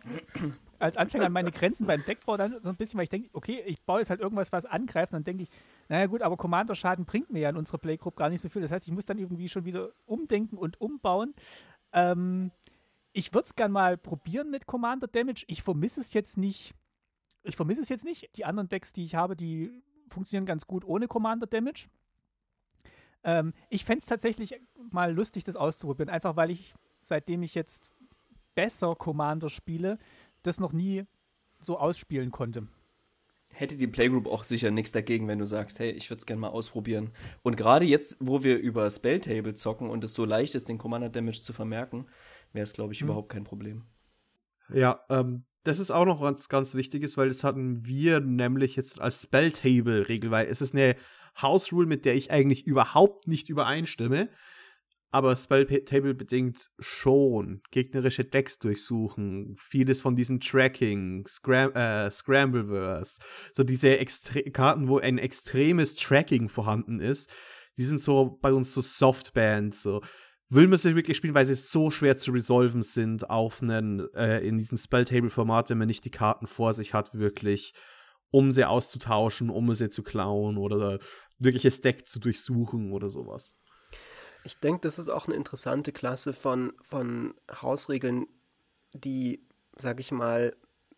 Als Anfänger an meine Grenzen beim Deckbau dann so ein bisschen, weil ich denke, okay, ich baue jetzt halt irgendwas, was angreift, und dann denke ich, naja gut, aber Commander-Schaden bringt mir ja in unserer Playgroup gar nicht so viel. Das heißt, ich muss dann irgendwie schon wieder umdenken und umbauen. Ähm, ich würde es gern mal probieren mit Commander-Damage. Ich vermisse es jetzt nicht. Ich vermisse es jetzt nicht. Die anderen Decks, die ich habe, die funktionieren ganz gut ohne Commander-Damage. Ähm, ich fände es tatsächlich mal lustig, das auszuprobieren, einfach weil ich, seitdem ich jetzt besser Commander spiele, das noch nie so ausspielen konnte. Hätte die Playgroup auch sicher nichts dagegen, wenn du sagst, hey, ich würde es gerne mal ausprobieren. Und gerade jetzt, wo wir über Spelltable zocken und es so leicht ist, den Commander-Damage zu vermerken, wäre es, glaube ich, Hm. überhaupt kein Problem. Ja, ähm, das ist auch noch ganz, ganz Wichtiges, weil das hatten wir nämlich jetzt als Spelltable-Regel, weil es ist eine House-Rule, mit der ich eigentlich überhaupt nicht übereinstimme, aber Spelltable-bedingt schon. Gegnerische Decks durchsuchen, vieles von diesen Tracking, Scram äh, Scrambleverse, so diese Extre- Karten, wo ein extremes Tracking vorhanden ist, die sind so bei uns so Softbands, so. Will man sie wirklich spielen, weil sie so schwer zu resolven sind auf einen, äh, in diesem Spelltable-Format, wenn man nicht die Karten vor sich hat, wirklich, um sie auszutauschen, um sie zu klauen oder wirkliches Deck zu durchsuchen oder sowas. Ich denke, das ist auch eine interessante Klasse von, von Hausregeln, die, sag ich mal,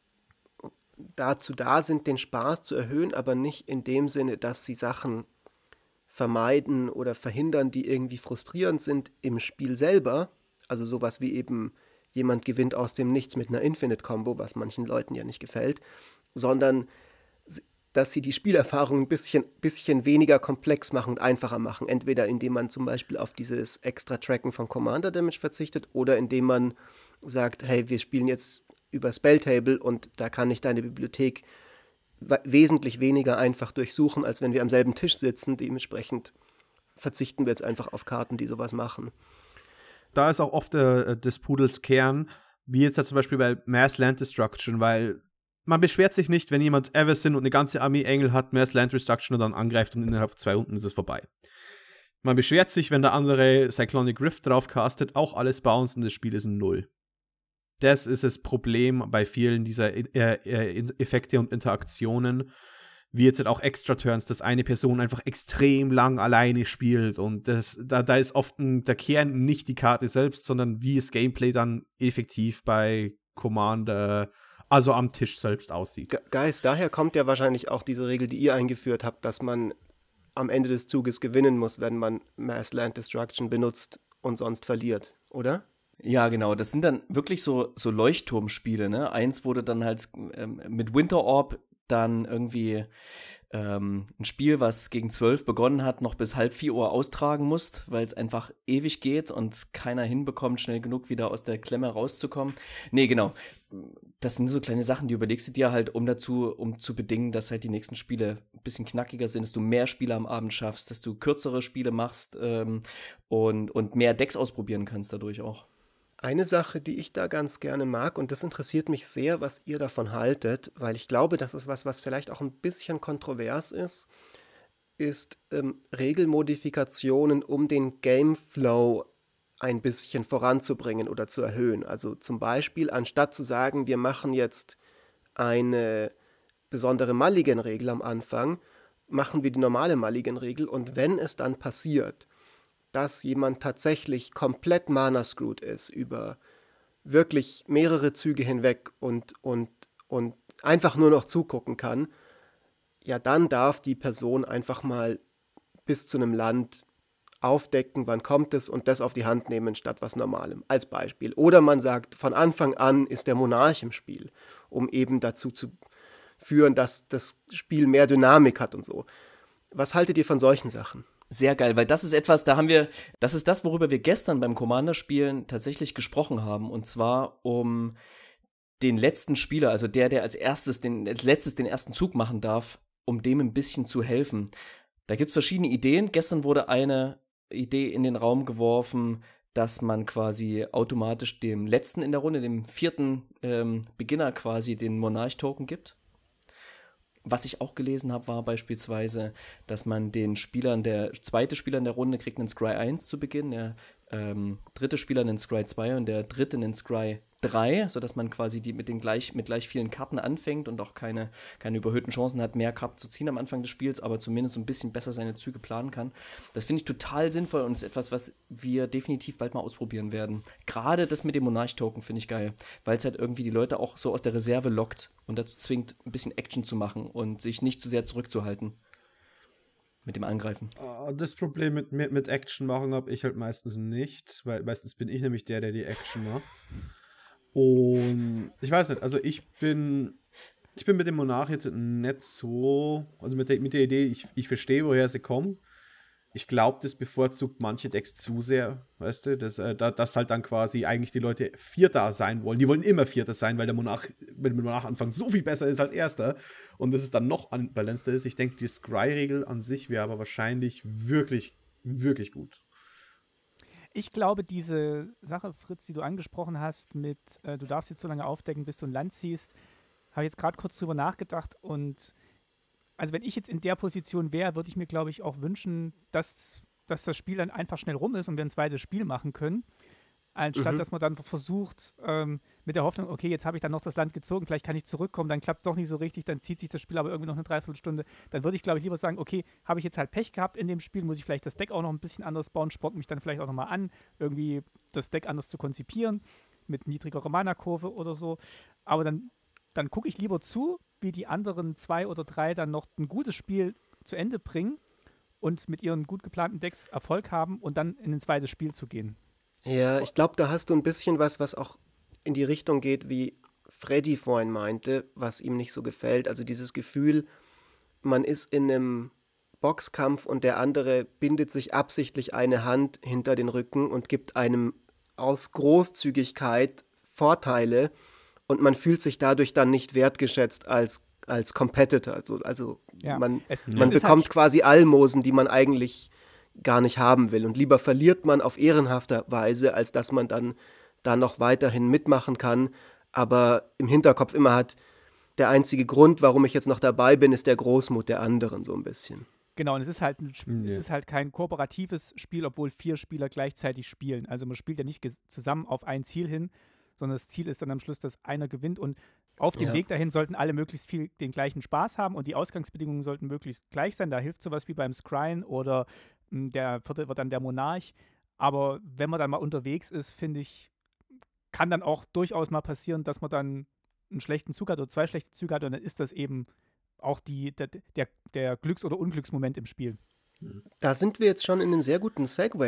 dazu da sind, den Spaß zu erhöhen, aber nicht in dem Sinne, dass sie Sachen vermeiden oder verhindern, die irgendwie frustrierend sind im Spiel selber. Also sowas wie eben jemand gewinnt aus dem Nichts mit einer Infinite-Combo, was manchen Leuten ja nicht gefällt, sondern dass sie die Spielerfahrung ein bisschen, bisschen weniger komplex machen und einfacher machen. Entweder indem man zum Beispiel auf dieses extra Tracken von Commander Damage verzichtet oder indem man sagt, hey, wir spielen jetzt über Spelltable und da kann ich deine Bibliothek we- wesentlich weniger einfach durchsuchen, als wenn wir am selben Tisch sitzen. Dementsprechend verzichten wir jetzt einfach auf Karten, die sowas machen. Da ist auch oft äh, des Pudels Kern, wie jetzt ja zum Beispiel bei Mass Land Destruction, weil man beschwert sich nicht, wenn jemand Everson und eine ganze Armee Engel hat, Mass Land Destruction und dann angreift und innerhalb zwei Runden ist es vorbei. Man beschwert sich, wenn der andere Cyclonic Rift drauf castet, auch alles Bounce und das Spiel ist ein Null. Das ist das Problem bei vielen dieser äh, äh, Effekte und Interaktionen, wie jetzt halt auch Extra-Turns, dass eine Person einfach extrem lang alleine spielt und das, da, da ist oft ein, der Kern nicht die Karte selbst, sondern wie das Gameplay dann effektiv bei Commander, also am Tisch selbst aussieht. Ge- Guys, daher kommt ja wahrscheinlich auch diese Regel, die ihr eingeführt habt, dass man am Ende des Zuges gewinnen muss, wenn man Mass Land Destruction benutzt und sonst verliert, oder? Ja, genau. Das sind dann wirklich so, so Leuchtturmspiele, ne? Eins wurde dann halt ähm, mit Winter Orb dann irgendwie ähm, ein Spiel, was gegen zwölf begonnen hat, noch bis halb vier Uhr austragen musst, weil es einfach ewig geht und keiner hinbekommt, schnell genug wieder aus der Klemme rauszukommen. Nee, genau. Das sind so kleine Sachen, die überlegst du dir halt, um dazu, um zu bedingen, dass halt die nächsten Spiele ein bisschen knackiger sind, dass du mehr Spiele am Abend schaffst, dass du kürzere Spiele machst ähm, und, und mehr Decks ausprobieren kannst dadurch auch. Eine Sache, die ich da ganz gerne mag, und das interessiert mich sehr, was ihr davon haltet, weil ich glaube, das ist was, was vielleicht auch ein bisschen kontrovers ist, ist ähm, Regelmodifikationen, um den Gameflow ein bisschen voranzubringen oder zu erhöhen. Also zum Beispiel, anstatt zu sagen, wir machen jetzt eine besondere Mulligan-Regel am Anfang, machen wir die normale Mulligan-Regel, und wenn es dann passiert, dass jemand tatsächlich komplett mana-screwed ist über wirklich mehrere Züge hinweg und, und, und einfach nur noch zugucken kann, ja, dann darf die Person einfach mal bis zu einem Land aufdecken, wann kommt es, und das auf die Hand nehmen statt was Normalem, als Beispiel. Oder man sagt, von Anfang an ist der Monarch im Spiel, um eben dazu zu führen, dass das Spiel mehr Dynamik hat und so. Was haltet ihr von solchen Sachen? Sehr geil, weil das ist etwas, da haben wir, das ist das, worüber wir gestern beim Commander-Spielen tatsächlich gesprochen haben, und zwar um den letzten Spieler, also der, der als erstes, den, als letztes den ersten Zug machen darf, um dem ein bisschen zu helfen. Da gibt es verschiedene Ideen. Gestern wurde eine Idee in den Raum geworfen, dass man quasi automatisch dem letzten in der Runde, dem vierten ähm, Beginner quasi den Monarch-Token gibt. Was ich auch gelesen habe, war beispielsweise, dass man den Spielern, der zweite Spieler in der Runde kriegt einen Scry eins zu Beginn, der ähm, dritte Spieler einen Scry zwei und der dritte einen Scry drei, sodass man quasi die mit den gleich, mit gleich vielen Karten anfängt und auch keine, keine überhöhten Chancen hat, mehr Karten zu ziehen am Anfang des Spiels, aber zumindest so ein bisschen besser seine Züge planen kann. Das finde ich total sinnvoll und ist etwas, was wir definitiv bald mal ausprobieren werden. Gerade das mit dem Monarch-Token finde ich geil, weil es halt irgendwie die Leute auch so aus der Reserve lockt und dazu zwingt, ein bisschen Action zu machen und sich nicht zu sehr zurückzuhalten mit dem Angreifen. Das Problem mit, mit, mit Action machen habe ich halt meistens nicht, weil meistens bin ich nämlich der, der die Action macht. Und ich weiß nicht, also ich bin ich bin mit dem Monarch jetzt nicht so, also mit der, mit der Idee, ich, ich verstehe, woher sie kommen. Ich glaube, das bevorzugt manche Decks zu sehr, weißt du, dass, äh, dass halt dann quasi eigentlich die Leute Vierter sein wollen. Die wollen immer Vierter sein, weil der Monarch mit dem Monarch-Anfang so viel besser ist als Erster und dass es dann noch unbalanced ist. Ich denke, die Scry-Regel an sich wäre aber wahrscheinlich wirklich, wirklich gut. Ich glaube, diese Sache, Fritz, die du angesprochen hast, mit äh, du darfst jetzt so lange aufdecken, bis du ein Land ziehst, habe ich jetzt gerade kurz drüber nachgedacht, und also wenn ich jetzt in der Position wäre, würde ich mir, glaube ich, auch wünschen, dass, dass das Spiel dann einfach schnell rum ist und wir ein zweites Spiel machen können, anstatt mhm. dass man dann versucht, ähm, mit der Hoffnung, okay, jetzt habe ich dann noch das Land gezogen, vielleicht kann ich zurückkommen, dann klappt es doch nicht so richtig, dann zieht sich das Spiel aber irgendwie noch eine Dreiviertelstunde. Dann würde ich, glaube ich, lieber sagen, okay, habe ich jetzt halt Pech gehabt in dem Spiel, muss ich vielleicht das Deck auch noch ein bisschen anders bauen, sport mich dann vielleicht auch nochmal an, irgendwie das Deck anders zu konzipieren, mit niedrigerer Mana-Kurve oder so. Aber dann, dann gucke ich lieber zu, wie die anderen zwei oder drei dann noch ein gutes Spiel zu Ende bringen und mit ihren gut geplanten Decks Erfolg haben und dann in ein zweites Spiel zu gehen. Ja, ich glaube, da hast du ein bisschen was, was auch in die Richtung geht, wie Freddy vorhin meinte, was ihm nicht so gefällt. Also dieses Gefühl, man ist in einem Boxkampf und der andere bindet sich absichtlich eine Hand hinter den Rücken und gibt einem aus Großzügigkeit Vorteile und man fühlt sich dadurch dann nicht wertgeschätzt als, als Competitor. Also, also ja, man, es, man es bekommt halt quasi Almosen, die man eigentlich gar nicht haben will. Und lieber verliert man auf ehrenhafter Weise, als dass man dann da noch weiterhin mitmachen kann, aber im Hinterkopf immer hat, der einzige Grund, warum ich jetzt noch dabei bin, ist der Großmut der anderen, so ein bisschen. Genau, und es ist halt, ein, Ja. es ist halt kein kooperatives Spiel, obwohl vier Spieler gleichzeitig spielen. Also man spielt ja nicht ges- zusammen auf ein Ziel hin, sondern das Ziel ist dann am Schluss, dass einer gewinnt, und auf dem Ja. Weg dahin sollten alle möglichst viel den gleichen Spaß haben und die Ausgangsbedingungen sollten möglichst gleich sein. Da hilft sowas wie beim Scryen oder mh, der vierte wird dann der Monarch. Aber wenn man dann mal unterwegs ist, finde ich, kann dann auch durchaus mal passieren, dass man dann einen schlechten Zug hat oder zwei schlechte Züge hat, und dann ist das eben auch die, der, der, der Glücks- oder Unglücksmoment im Spiel. Da sind wir jetzt schon in einem sehr guten Segway,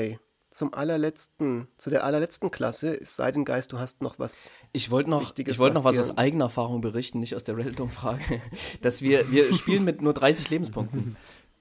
zum allerletzten, zu der allerletzten Klasse, es sei denn, Geist, du hast noch was Ich wollte noch, Wichtiges, ich wollte noch was dir- aus eigener Erfahrung berichten, nicht aus der Reddit-Umfrage, dass wir, wir spielen mit nur dreißig Lebenspunkten.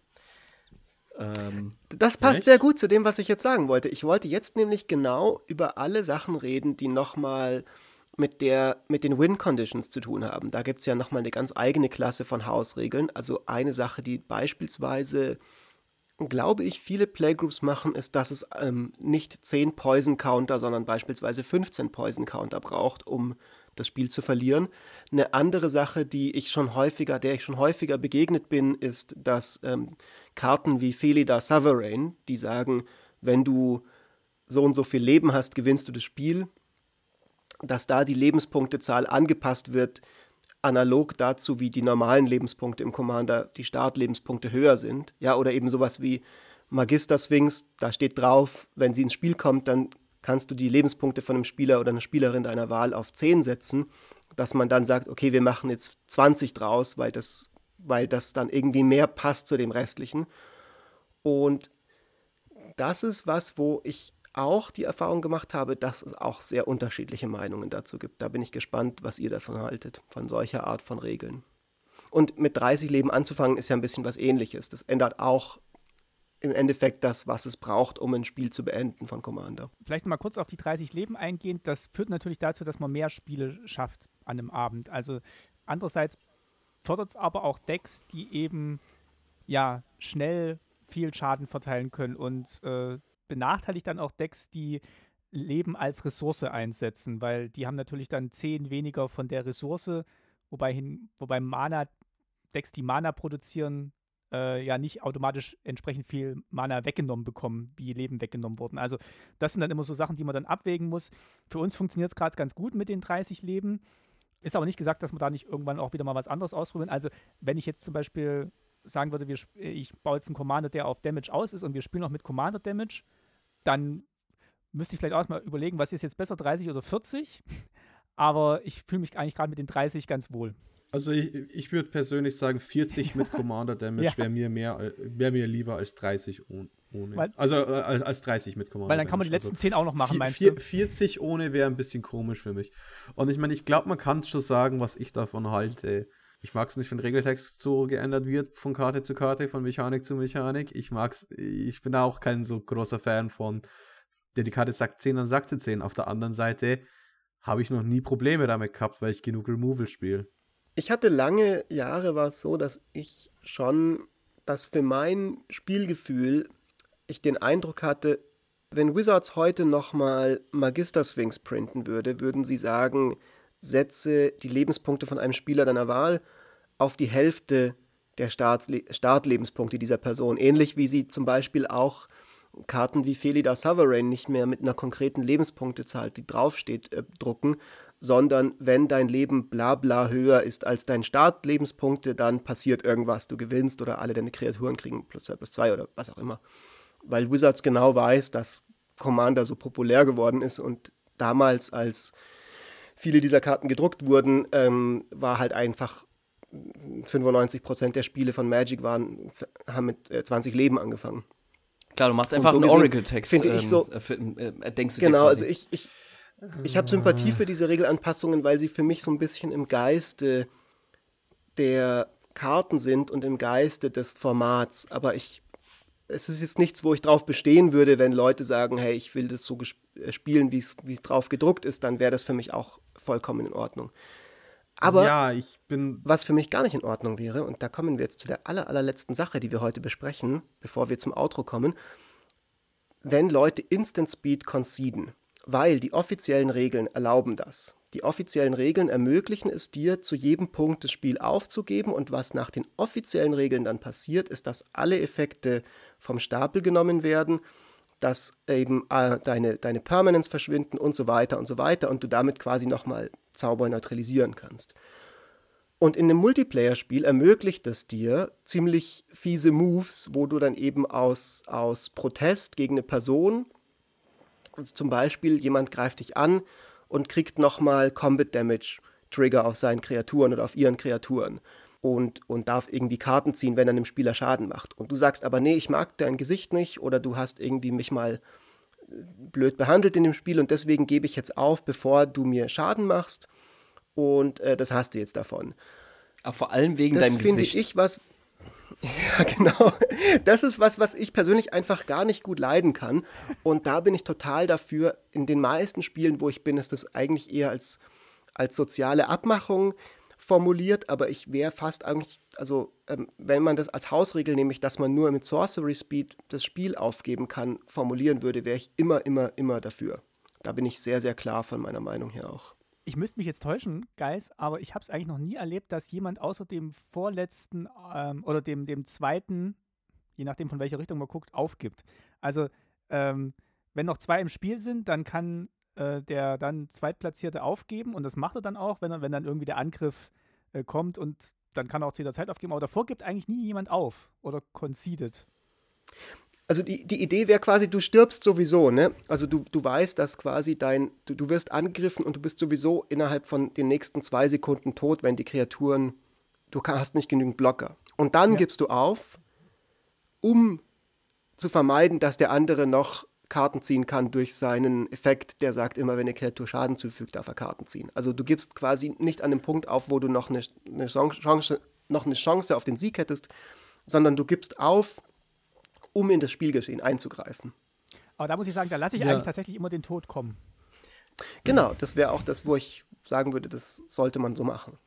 ähm, Das passt Echt? sehr gut zu dem, was ich jetzt sagen wollte. Ich wollte jetzt nämlich genau über alle Sachen reden, die nochmal mit der, mit den Win-Conditions zu tun haben. Da gibt es ja nochmal eine ganz eigene Klasse von Hausregeln. Also eine Sache, die beispielsweise, glaube ich, viele Playgroups machen, ist, dass es ähm, nicht zehn Poison-Counter, sondern beispielsweise fünfzehn Poison-Counter braucht, um das Spiel zu verlieren. Eine andere Sache, die ich schon häufiger, der ich schon häufiger begegnet bin, ist, dass ähm, Karten wie Felida Sovereign, die sagen, wenn du so und so viel Leben hast, gewinnst du das Spiel, dass da die Lebenspunktezahl angepasst wird, analog dazu, wie die normalen Lebenspunkte im Commander, die Startlebenspunkte höher sind. Ja, oder eben sowas wie Magister Sphinx, da steht drauf, wenn sie ins Spiel kommt, dann kannst du die Lebenspunkte von einem Spieler oder einer Spielerin deiner Wahl auf zehn setzen, dass man dann sagt, okay, wir machen jetzt zwanzig draus, weil das, weil das dann irgendwie mehr passt zu dem Restlichen. Und das ist was, wo ich auch die Erfahrung gemacht habe, dass es auch sehr unterschiedliche Meinungen dazu gibt. Da bin ich gespannt, was ihr davon haltet, von solcher Art von Regeln. Und mit dreißig Leben anzufangen, ist ja ein bisschen was Ähnliches. Das ändert auch im Endeffekt das, was es braucht, um ein Spiel zu beenden von Commander. Vielleicht noch mal kurz auf die dreißig Leben eingehend. Das führt natürlich dazu, dass man mehr Spiele schafft an einem Abend. Also andererseits fördert es aber auch Decks, die eben ja schnell viel Schaden verteilen können und äh, benachteiligt dann auch Decks, die Leben als Ressource einsetzen, weil die haben natürlich dann zehn weniger von der Ressource, wobei, hin, wobei Mana-Decks, die Mana produzieren, äh, ja nicht automatisch entsprechend viel Mana weggenommen bekommen, wie Leben weggenommen wurden. Also das sind dann immer so Sachen, die man dann abwägen muss. Für uns funktioniert es gerade ganz gut mit den dreißig Leben. Ist aber nicht gesagt, dass wir da nicht irgendwann auch wieder mal was anderes ausprobieren. Also wenn ich jetzt zum Beispiel sagen würde, wir, ich baue jetzt einen Commander, der auf Damage aus ist und wir spielen noch mit Commander Damage, dann müsste ich vielleicht auch mal überlegen, was ist jetzt besser, dreißig oder vierzig? Aber ich fühle mich eigentlich gerade mit den dreißig ganz wohl. Also ich, ich würde persönlich sagen, vierzig mit Commander Damage Ja. wäre mir mehr, wäre mir lieber als dreißig ohne. Weil- also äh, als, als dreißig mit Commander Weil dann kann man die Damage. letzten zehn auch noch machen, vier- meinst vier- du? vierzig ohne wäre ein bisschen komisch für mich. Und ich meine, ich glaube, man kann schon sagen, was ich davon halte. Ich mag es nicht, wenn Regeltext so geändert wird, von Karte zu Karte, von Mechanik zu Mechanik. Ich mag's, ich bin auch kein so großer Fan von, der die Karte sagt zehn, dann sagt sie zehn. Auf der anderen Seite habe ich noch nie Probleme damit gehabt, weil ich genug Removal spiele. Ich hatte lange Jahre, war es so, dass ich schon, dass für mein Spielgefühl ich den Eindruck hatte, wenn Wizards heute nochmal Magister Sphinx printen würde, würden sie sagen, setze die Lebenspunkte von einem Spieler deiner Wahl auf die Hälfte der Startsle- Startlebenspunkte dieser Person. Ähnlich wie sie zum Beispiel auch Karten wie Felida Sovereign nicht mehr mit einer konkreten Lebenspunktezahl, die draufsteht, äh, drucken, sondern wenn dein Leben bla bla höher ist als dein Startlebenspunkte, dann passiert irgendwas, du gewinnst oder alle deine Kreaturen kriegen plus zwei, plus zwei oder was auch immer. Weil Wizards genau weiß, dass Commander so populär geworden ist und damals, als viele dieser Karten gedruckt wurden, ähm, war halt einfach fünfundneunzig Prozent der Spiele von Magic waren, haben mit äh, zwanzig Leben angefangen. Klar, du machst Und einfach so einen gesehen Oracle-Text. finde ich so- äh, für, äh, denkst du Genau, dir also quasi. ich, ich, ich habe Sympathie für diese Regelanpassungen, weil sie für mich so ein bisschen im Geiste der Karten sind und im Geiste des Formats. Aber ich, es ist jetzt nichts, wo ich drauf bestehen würde, wenn Leute sagen, hey, ich will das so gesp- äh, spielen, wie es wie es drauf gedruckt ist, dann wäre das für mich auch vollkommen in Ordnung. Aber ja, ich bin. was für mich gar nicht in Ordnung wäre, und da kommen wir jetzt zu der aller, allerletzten Sache, die wir heute besprechen, bevor wir zum Outro kommen, wenn Leute Instant Speed conceden, weil die offiziellen Regeln erlauben das. Die offiziellen Regeln ermöglichen es dir, zu jedem Punkt das Spiel aufzugeben, und was nach den offiziellen Regeln dann passiert, ist, dass alle Effekte vom Stapel genommen werden, dass eben äh, deine, deine Permanents verschwinden und so weiter und so weiter und du damit quasi nochmal Zauber neutralisieren kannst. Und in einem Multiplayer-Spiel ermöglicht es dir ziemlich fiese Moves, wo du dann eben aus, aus Protest gegen eine Person, also zum Beispiel jemand greift dich an und kriegt nochmal Combat Damage Trigger auf seinen Kreaturen oder auf ihren Kreaturen und, und darf irgendwie Karten ziehen, wenn er einem Spieler Schaden macht. Und du sagst aber, nee, ich mag dein Gesicht nicht, oder du hast irgendwie mich mal blöd behandelt in dem Spiel und deswegen gebe ich jetzt auf, bevor du mir Schaden machst und äh, das hast du jetzt davon. Aber vor allem wegen das deinem Gesicht. Das finde ich was, ja genau, das ist was, was ich persönlich einfach gar nicht gut leiden kann und da bin ich total dafür, in den meisten Spielen, wo ich bin, ist das eigentlich eher als, als soziale Abmachung formuliert, aber ich wäre fast eigentlich, also ähm, wenn man das als Hausregel, nämlich dass man nur mit Sorcery Speed das Spiel aufgeben kann, formulieren würde, wäre ich immer, immer, immer dafür. Da bin ich sehr, sehr klar von meiner Meinung her auch. Ich müsste mich jetzt täuschen, Guys, aber ich habe es eigentlich noch nie erlebt, dass jemand außer dem vorletzten ähm, oder dem, dem zweiten, je nachdem von welcher Richtung man guckt, aufgibt. Also ähm, wenn noch zwei im Spiel sind, dann kann der dann Zweitplatzierte aufgeben und das macht er dann auch, wenn, er, wenn dann irgendwie der Angriff äh, kommt und dann kann er auch zu jeder Zeit aufgeben, aber davor gibt eigentlich nie jemand auf oder conceded. Also die, die Idee wäre quasi, du stirbst sowieso, ne? Also du, du weißt, dass quasi dein, du, du wirst angegriffen und du bist sowieso innerhalb von den nächsten zwei Sekunden tot, wenn die Kreaturen, du hast nicht genügend Blocker. Und dann ja. gibst du auf, um zu vermeiden, dass der andere noch Karten ziehen kann durch seinen Effekt, der sagt immer, wenn eine Kreatur Schaden zufügt, darf er Karten ziehen. Also du gibst quasi nicht an dem Punkt auf, wo du noch eine, eine, Chance, noch eine Chance auf den Sieg hättest, sondern du gibst auf, um in das Spielgeschehen einzugreifen. Aber da muss ich sagen, da lasse ich ja. eigentlich tatsächlich immer den Tod kommen. Genau, das wäre auch das, wo ich sagen würde, das sollte man so machen.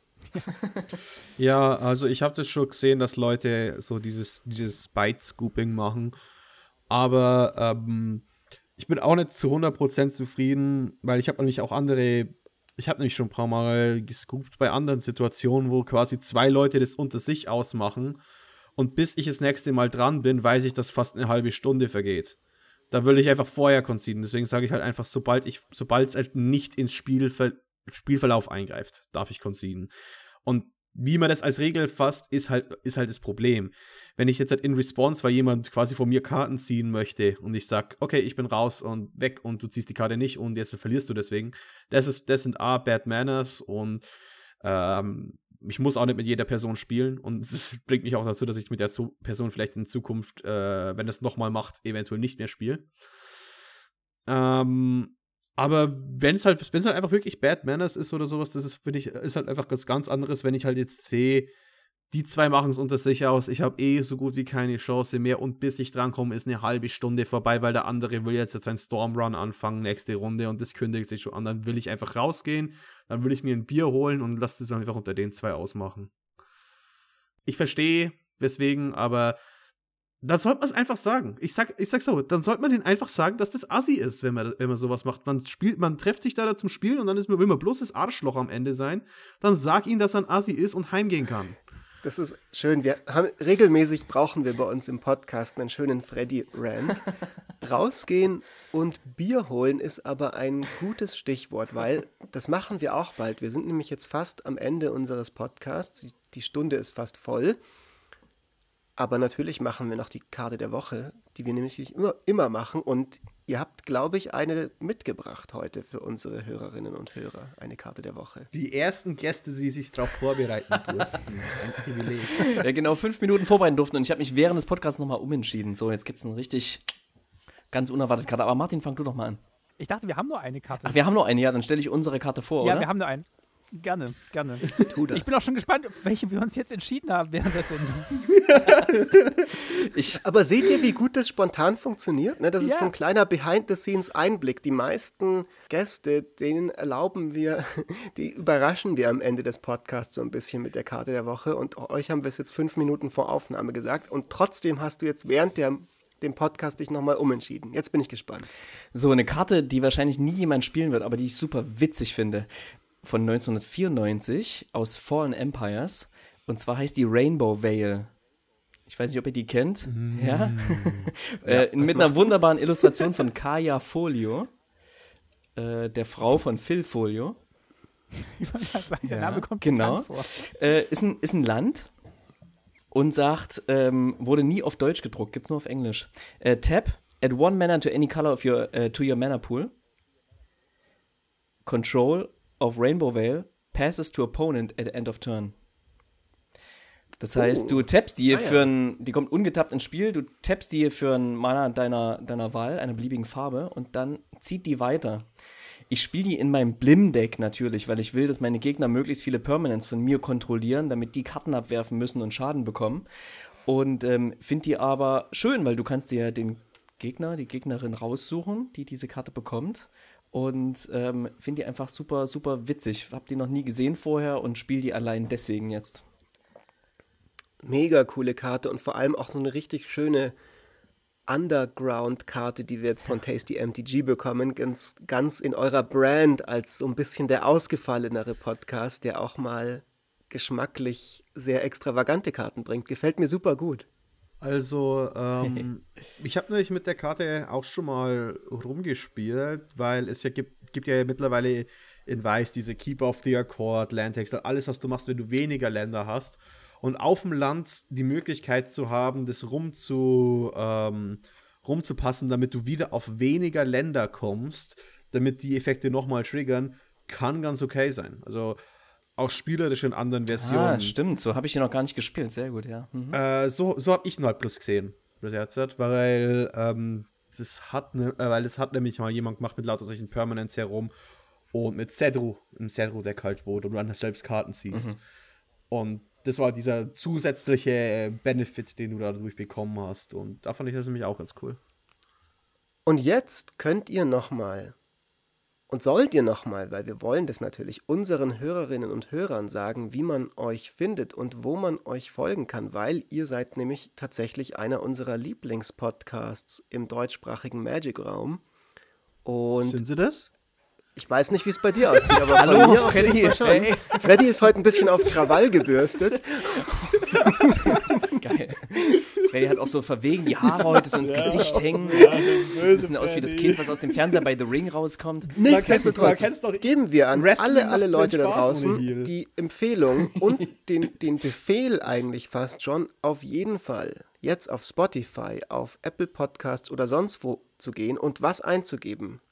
Ja, also ich habe das schon gesehen, dass Leute so dieses, dieses Bite-Scooping machen, aber ähm, ich bin auch nicht zu hundert Prozent zufrieden, weil ich habe nämlich auch andere, ich habe nämlich schon ein paar Mal gescoopt bei anderen Situationen, wo quasi zwei Leute das unter sich ausmachen und bis ich das nächste Mal dran bin, weiß ich, dass fast eine halbe Stunde vergeht. Da will ich einfach vorher conceden, deswegen sage ich halt einfach, sobald ich, sobald es halt nicht ins Spielver- Spielverlauf eingreift, darf ich conceden. Und wie man das als Regel fasst, ist halt, ist halt das Problem. Wenn ich jetzt halt in Response, weil jemand quasi von mir Karten ziehen möchte und ich sag, okay, ich bin raus und weg und du ziehst die Karte nicht und jetzt verlierst du deswegen, das ist, das sind A, Bad Manners und ähm, ich muss auch nicht mit jeder Person spielen und es bringt mich auch dazu, dass ich mit der Person vielleicht in Zukunft, äh, wenn das nochmal macht, eventuell nicht mehr spiele. Ähm, Aber wenn es halt, wenn es halt einfach wirklich Bad Manners ist oder sowas, das ist, finde ich, ist halt einfach was ganz anderes, wenn ich halt jetzt sehe, die zwei machen es unter sich aus, ich habe eh so gut wie keine Chance mehr und bis ich drankomme, ist eine halbe Stunde vorbei, weil der andere will jetzt, jetzt seinen Stormrun anfangen, nächste Runde und das kündigt sich schon an, dann will ich einfach rausgehen, dann will ich mir ein Bier holen und lasse das einfach unter den zwei ausmachen. Ich verstehe, weswegen, aber dann sollte man es einfach sagen. Ich sag, ich sag so, dann sollte man denen einfach sagen, dass das assi ist, wenn man, wenn man sowas macht. Man spielt, man trifft sich da, da zum Spielen und dann ist man, will man bloß das Arschloch am Ende sein. Dann sag ihnen, dass er ein Assi ist und heimgehen kann. Das ist schön. Wir haben, regelmäßig brauchen wir bei uns im Podcast einen schönen Freddy-Rant. Rausgehen und Bier holen ist aber ein gutes Stichwort, weil das machen wir auch bald. Wir sind nämlich jetzt fast am Ende unseres Podcasts. Die Stunde ist fast voll. Aber natürlich machen wir noch die Karte der Woche, die wir nämlich immer, immer machen. Und ihr habt, glaube ich, eine mitgebracht heute für unsere Hörerinnen und Hörer. Eine Karte der Woche. Die ersten Gäste, die sich darauf vorbereiten durften. Ein Privileg. Ja, genau, fünf Minuten vorbereiten durften. Und ich habe mich während des Podcasts nochmal umentschieden. So, jetzt gibt es eine richtig ganz unerwartete Karte. Aber Martin, fang du doch mal an. Ich dachte, wir haben nur eine Karte. Ach, wir haben nur eine. Ja, dann stelle ich unsere Karte vor, ja, oder? Ja, wir haben nur eine. Gerne, gerne. Tu das. Ich bin auch schon gespannt, auf welche wir uns jetzt entschieden haben während der Sendung. ich, Aber seht ihr, wie gut das spontan funktioniert? Ne, das ist ja. so ein kleiner Behind-the-Scenes-Einblick. Die meisten Gäste, denen erlauben wir, die überraschen wir am Ende des Podcasts so ein bisschen mit der Karte der Woche. Und euch haben wir es jetzt fünf Minuten vor Aufnahme gesagt. Und trotzdem hast du jetzt während der, dem Podcast dich nochmal umentschieden. Jetzt bin ich gespannt. So, eine Karte, die wahrscheinlich nie jemand spielen wird, aber die ich super witzig finde. Von neunzehnhundertvierundneunzig aus Fallen Empires. Und zwar heißt die Rainbow Veil. Ich weiß nicht, ob ihr die kennt. Mm. Ja. äh, ja mit einer wunderbaren Illustration von Kaya Folio, äh, der Frau von Phil Folio. Ich wollte mal sagen, der ja, Name kommt genau. vor. Äh, ist, ein, ist ein Land und sagt, ähm, wurde nie auf Deutsch gedruckt, gibt's nur auf Englisch. Äh, tap, add one mana to any color of your, uh, to your mana pool. Control of Rainbow Veil passes to opponent at end of turn. Das heißt, Oh. du tappst die Ah, ja. für ein, die kommt ungetappt ins Spiel, du tappst die für einen Mana deiner, deiner Wahl, einer beliebigen Farbe, und dann zieht die weiter. Ich spiele die in meinem Blim-Deck natürlich, weil ich will, dass meine Gegner möglichst viele Permanents von mir kontrollieren, damit die Karten abwerfen müssen und Schaden bekommen. Und ähm, finde die aber schön, weil du kannst dir ja den Gegner, die Gegnerin raussuchen, die diese Karte bekommt. Und ähm, finde die einfach super, super witzig. Hab die noch nie gesehen vorher und spiele die allein deswegen jetzt. Mega coole Karte und vor allem auch so eine richtig schöne Underground-Karte, die wir jetzt von Tasty M T G bekommen, ganz, ganz in eurer Brand als so ein bisschen der ausgefallenere Podcast, der auch mal geschmacklich sehr extravagante Karten bringt. Gefällt mir super gut. Also, ähm, ich habe nämlich mit der Karte auch schon mal rumgespielt, weil es ja gibt, gibt ja mittlerweile in Weiß diese Keeper of the Accord, Landtax, alles, was du machst, wenn du weniger Länder hast. Und auf dem Land die Möglichkeit zu haben, das rum zu, ähm, rumzupassen, damit du wieder auf weniger Länder kommst, damit die Effekte nochmal triggern, kann ganz okay sein. Also auch spielerisch in anderen Versionen. Ah, stimmt, so habe ich den noch gar nicht gespielt, sehr gut, ja. Mhm. Äh, so so habe ich ihn halt bloß gesehen, bis jetzt, weil ähm, das hat ne, äh, weil das hat nämlich mal jemand gemacht mit lauter solchen Permanents herum und mit Cedru, im Cedru-Deck halt, wo du dann selbst Karten siehst. Mhm. Und das war dieser zusätzliche Benefit, den du dadurch bekommen hast. Und da fand ich das nämlich auch ganz cool. Und jetzt könnt ihr nochmal und sollt ihr nochmal, weil wir wollen das natürlich unseren Hörerinnen und Hörern sagen, wie man euch findet und wo man euch folgen kann, weil ihr seid nämlich tatsächlich einer unserer Lieblingspodcasts im deutschsprachigen Magic-Raum. Und Sind sie das? ich weiß nicht, wie es bei dir aussieht, aber Hallo, bei mir auf jeden Freddy. Fall schon. Hey. Freddy ist heute ein bisschen auf Krawall gebürstet. Geil. Freddy hat auch so verwegen die Haare heute so ins Gesicht hängen. Ja, Bisschen aus wie das Kind, was aus dem Fernseher bei The Ring rauskommt. Nichtsdestotrotz Man kennt's doch- geben wir an Wrestling alle, alle macht Leute keinen da Spaß ohne draußen Heel. die Empfehlung und den, den Befehl eigentlich fast schon, auf jeden Fall jetzt auf Spotify, auf Apple Podcasts oder sonst wo zu gehen und was einzugeben.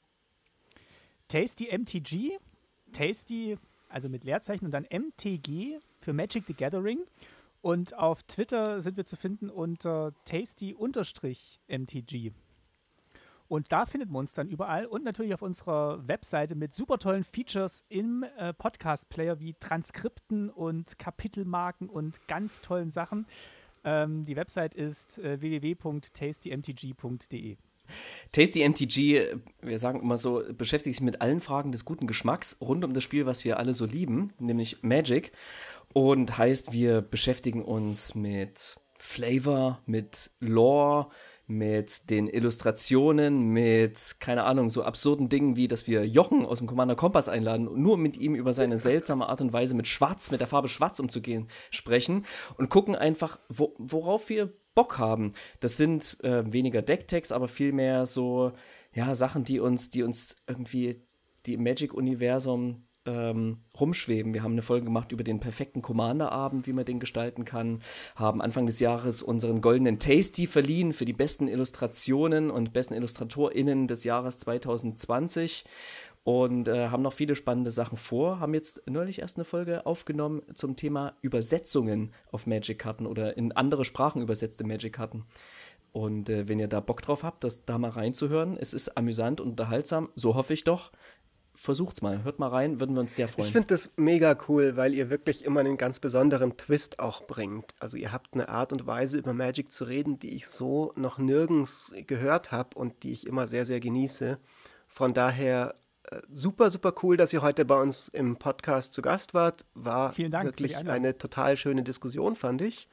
Tasty M T G, Tasty, also mit Leerzeichen und dann M T G für Magic the Gathering. Und auf Twitter sind wir zu finden unter Tasty-M T G. Und da findet man uns dann überall und natürlich auf unserer Webseite mit super tollen Features im äh, Podcast-Player wie Transkripten und Kapitelmarken und ganz tollen Sachen. Ähm, die Website ist äh, w w w punkt tasty m t g punkt d e. Tasty M T G, wir sagen immer so, beschäftigt sich mit allen Fragen des guten Geschmacks rund um das Spiel, was wir alle so lieben, nämlich Magic. Und heißt, wir beschäftigen uns mit Flavor, mit Lore, mit den Illustrationen, mit, keine Ahnung, so absurden Dingen wie, dass wir Jochen aus dem Commander Kompass einladen und nur mit ihm über seine seltsame Art und Weise mit Schwarz, mit der Farbe Schwarz umzugehen, sprechen und gucken einfach, wo, worauf wir Bock haben. Das sind äh, weniger Decktext, aber vielmehr so, ja, Sachen, die uns, die uns irgendwie, die im Magic-Universum ähm, rumschweben. Wir haben eine Folge gemacht über den perfekten Commander-Abend, wie man den gestalten kann, haben Anfang des Jahres unseren goldenen Tasty verliehen für die besten Illustrationen und besten IllustratorInnen des Jahres zwanzig zwanzig und äh, haben noch viele spannende Sachen vor, haben jetzt neulich erst eine Folge aufgenommen zum Thema Übersetzungen auf Magic-Karten oder in andere Sprachen übersetzte Magic-Karten. Und äh, wenn ihr da Bock drauf habt, das da mal reinzuhören, es ist amüsant und unterhaltsam, so hoffe ich doch. Versucht's mal, hört mal rein, würden wir uns sehr freuen. Ich finde das mega cool, weil ihr wirklich immer einen ganz besonderen Twist auch bringt. Also ihr habt eine Art und Weise, über Magic zu reden, die ich so noch nirgends gehört habe und die ich immer sehr, sehr genieße. Von daher äh, super, super cool, dass ihr heute bei uns im Podcast zu Gast wart. War Vielen Dank für die wirklich Einladung. eine total schöne Diskussion, fand ich.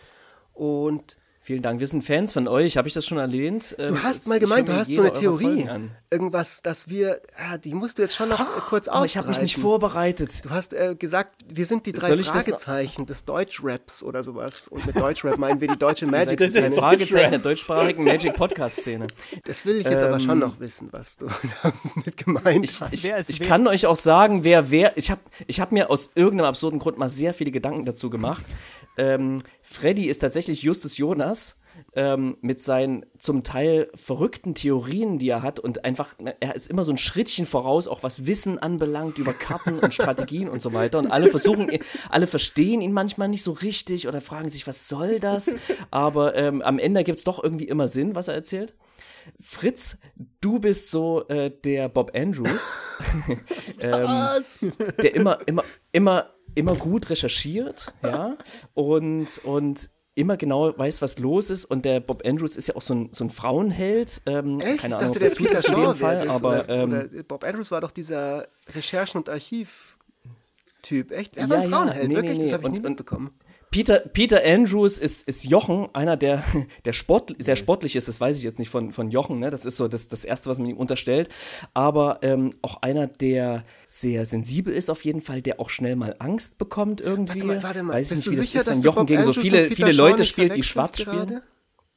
Und Vielen Dank, wir sind Fans von euch, habe ich das schon erwähnt? du hast mal gemeint, du hast so eine Theorie. An. Irgendwas, dass wir, ah, die musst du jetzt schon noch äh, kurz Aber ich habe mich nicht ausbreiten. vorbereitet. Du hast äh, gesagt, wir sind die drei Soll ich das- Fragezeichen des Deutschraps oder sowas. Und mit Deutschrap meinen wir die deutsche Das ist Magic-Szene. Fragezeichen der deutschsprachigen Magic-Podcast-Szene. Das will ich jetzt aber Ähm, schon noch wissen, was du damit gemeint Ich, hast. ich, Wer ist ich wer? kann euch auch sagen, wer wer. Ich habe ich hab mir aus irgendeinem absurden Grund mal sehr viele Gedanken dazu gemacht. ähm, Freddy ist tatsächlich Justus Jonas ähm, mit seinen zum Teil verrückten Theorien, die er hat und einfach, er ist immer so ein Schrittchen voraus, auch was Wissen anbelangt über Karten und Strategien und so weiter und alle versuchen, alle verstehen ihn manchmal nicht so richtig oder fragen sich, was soll das? Aber ähm, am Ende gibt es doch irgendwie immer Sinn, was er erzählt. Fritz, du bist so äh, der Bob Andrews, ähm, der immer, immer, immer, immer gut recherchiert, ja, und, und immer genau weiß, was los ist. Und der Bob Andrews ist ja auch so ein, so ein Frauenheld. Ähm, Echt? keine Ich Ahnung, dachte, der ob das Peter zutrifft in Shaw dem Fall, wäre das, aber oder, ähm, oder Bob Andrews war doch dieser Recherchen- und Archiv-Typ. Echt? Er Ja, war ein ja, Frauenheld, nee, wirklich? nee, Das nee. habe ich nie Und- und- mitbekommen. Peter, Peter Andrews ist, ist Jochen, einer, der, der Sport, sehr sportlich ist, das weiß ich jetzt nicht von, von Jochen, ne? Das ist so das, das Erste, was man ihm unterstellt, aber ähm, auch einer, der sehr sensibel ist auf jeden Fall, der auch schnell mal Angst bekommt irgendwie. Warte mal, warte mal. Weiß ich Bist nicht, du wie sicher, das ist, dass wenn du Jochen Bob gegen so Andrews viele, und Peter viele Shaw Leute nicht spielt, die verwechselst schwarz spielen. gerade?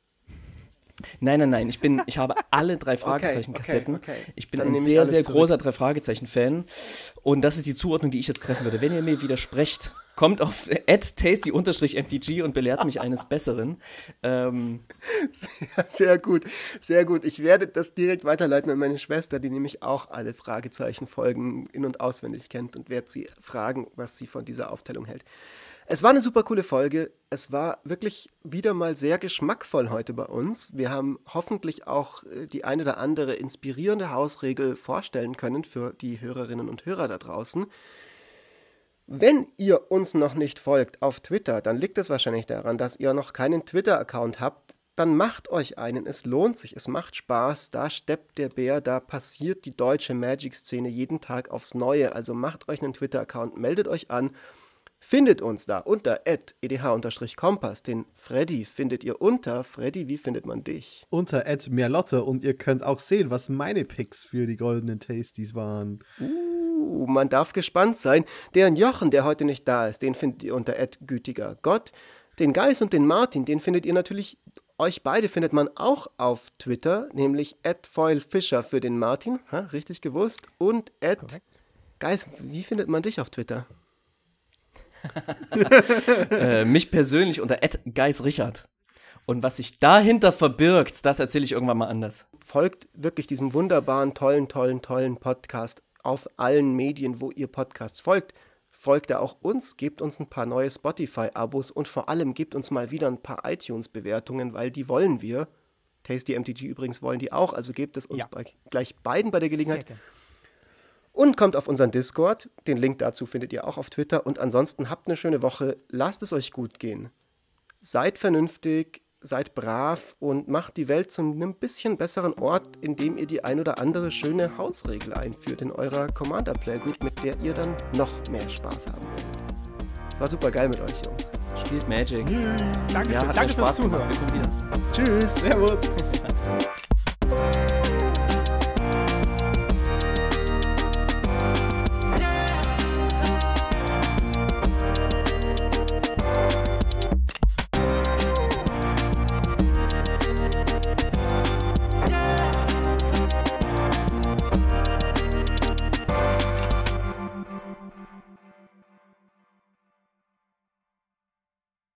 Nein, nein, nein, ich bin, ich habe alle drei Fragezeichen-Kassetten. Okay, okay. Ich bin Dann ein nehme ich sehr, alles sehr zurück. großer drei Fragezeichen-Fan und das ist die Zuordnung, die ich jetzt treffen würde. Wenn ihr mir widersprecht, kommt auf at tasty-m t g und belehrt mich eines Besseren. Ähm, Sehr, sehr gut, sehr gut. Ich werde das direkt weiterleiten an meine Schwester, die nämlich auch alle Fragezeichen-Folgen in- und auswendig kennt und werde sie fragen, was sie von dieser Aufteilung hält. Es war eine super coole Folge. Es war wirklich wieder mal sehr geschmackvoll heute bei uns. Wir haben hoffentlich auch äh, die eine oder andere inspirierende Hausregel vorstellen können für die Hörerinnen und Hörer da draußen. Wenn ihr uns noch nicht folgt auf Twitter, dann liegt es wahrscheinlich daran, dass ihr noch keinen Twitter-Account habt. Dann macht euch einen. Es lohnt sich, es macht Spaß. Da steppt der Bär, da passiert die deutsche Magic-Szene jeden Tag aufs Neue. Also macht euch einen Twitter-Account, meldet euch an. Findet uns da unter at e d h kompass. Den Freddy findet ihr unter. Freddy, wie findet man dich? Unter at merlotte und ihr könnt auch sehen, was meine Picks für die goldenen Tasties waren. Uh, man darf gespannt sein. Den Jochen, der heute nicht da ist, den findet ihr unter at gütiger Gott. Den Geis und den Martin, den findet ihr natürlich, euch beide findet man auch auf Twitter, nämlich at foilfischer für den Martin, ha, richtig gewusst, und at Korrekt. Geis, wie findet man dich auf Twitter? äh, mich persönlich unter at geisrichard. Und was sich dahinter verbirgt, das erzähle ich irgendwann mal anders. Folgt wirklich diesem wunderbaren, tollen, tollen, tollen Podcast auf allen Medien, wo ihr Podcasts folgt. Folgt er auch uns, gebt uns ein paar neue Spotify-Abos und vor allem gebt uns mal wieder ein paar iTunes-Bewertungen, weil die wollen wir. Tasty M T G übrigens wollen die auch, also gebt es uns Ja. bei, gleich beiden bei der Gelegenheit. Sehr gern. Und kommt auf unseren Discord. Den Link dazu findet ihr auch auf Twitter. Und ansonsten habt eine schöne Woche. Lasst es euch gut gehen. Seid vernünftig, seid brav und macht die Welt zu einem bisschen besseren Ort, indem ihr die ein oder andere schöne Hausregel einführt in eurer Commander Playgroup, mit der ihr dann noch mehr Spaß haben werdet. Es war super geil mit euch, Jungs. Spielt Magic. Dankeschön. Ja, hat Danke mir fürs Spaß gemacht. Zuhören. Wir kommen wieder. Tschüss. Servus!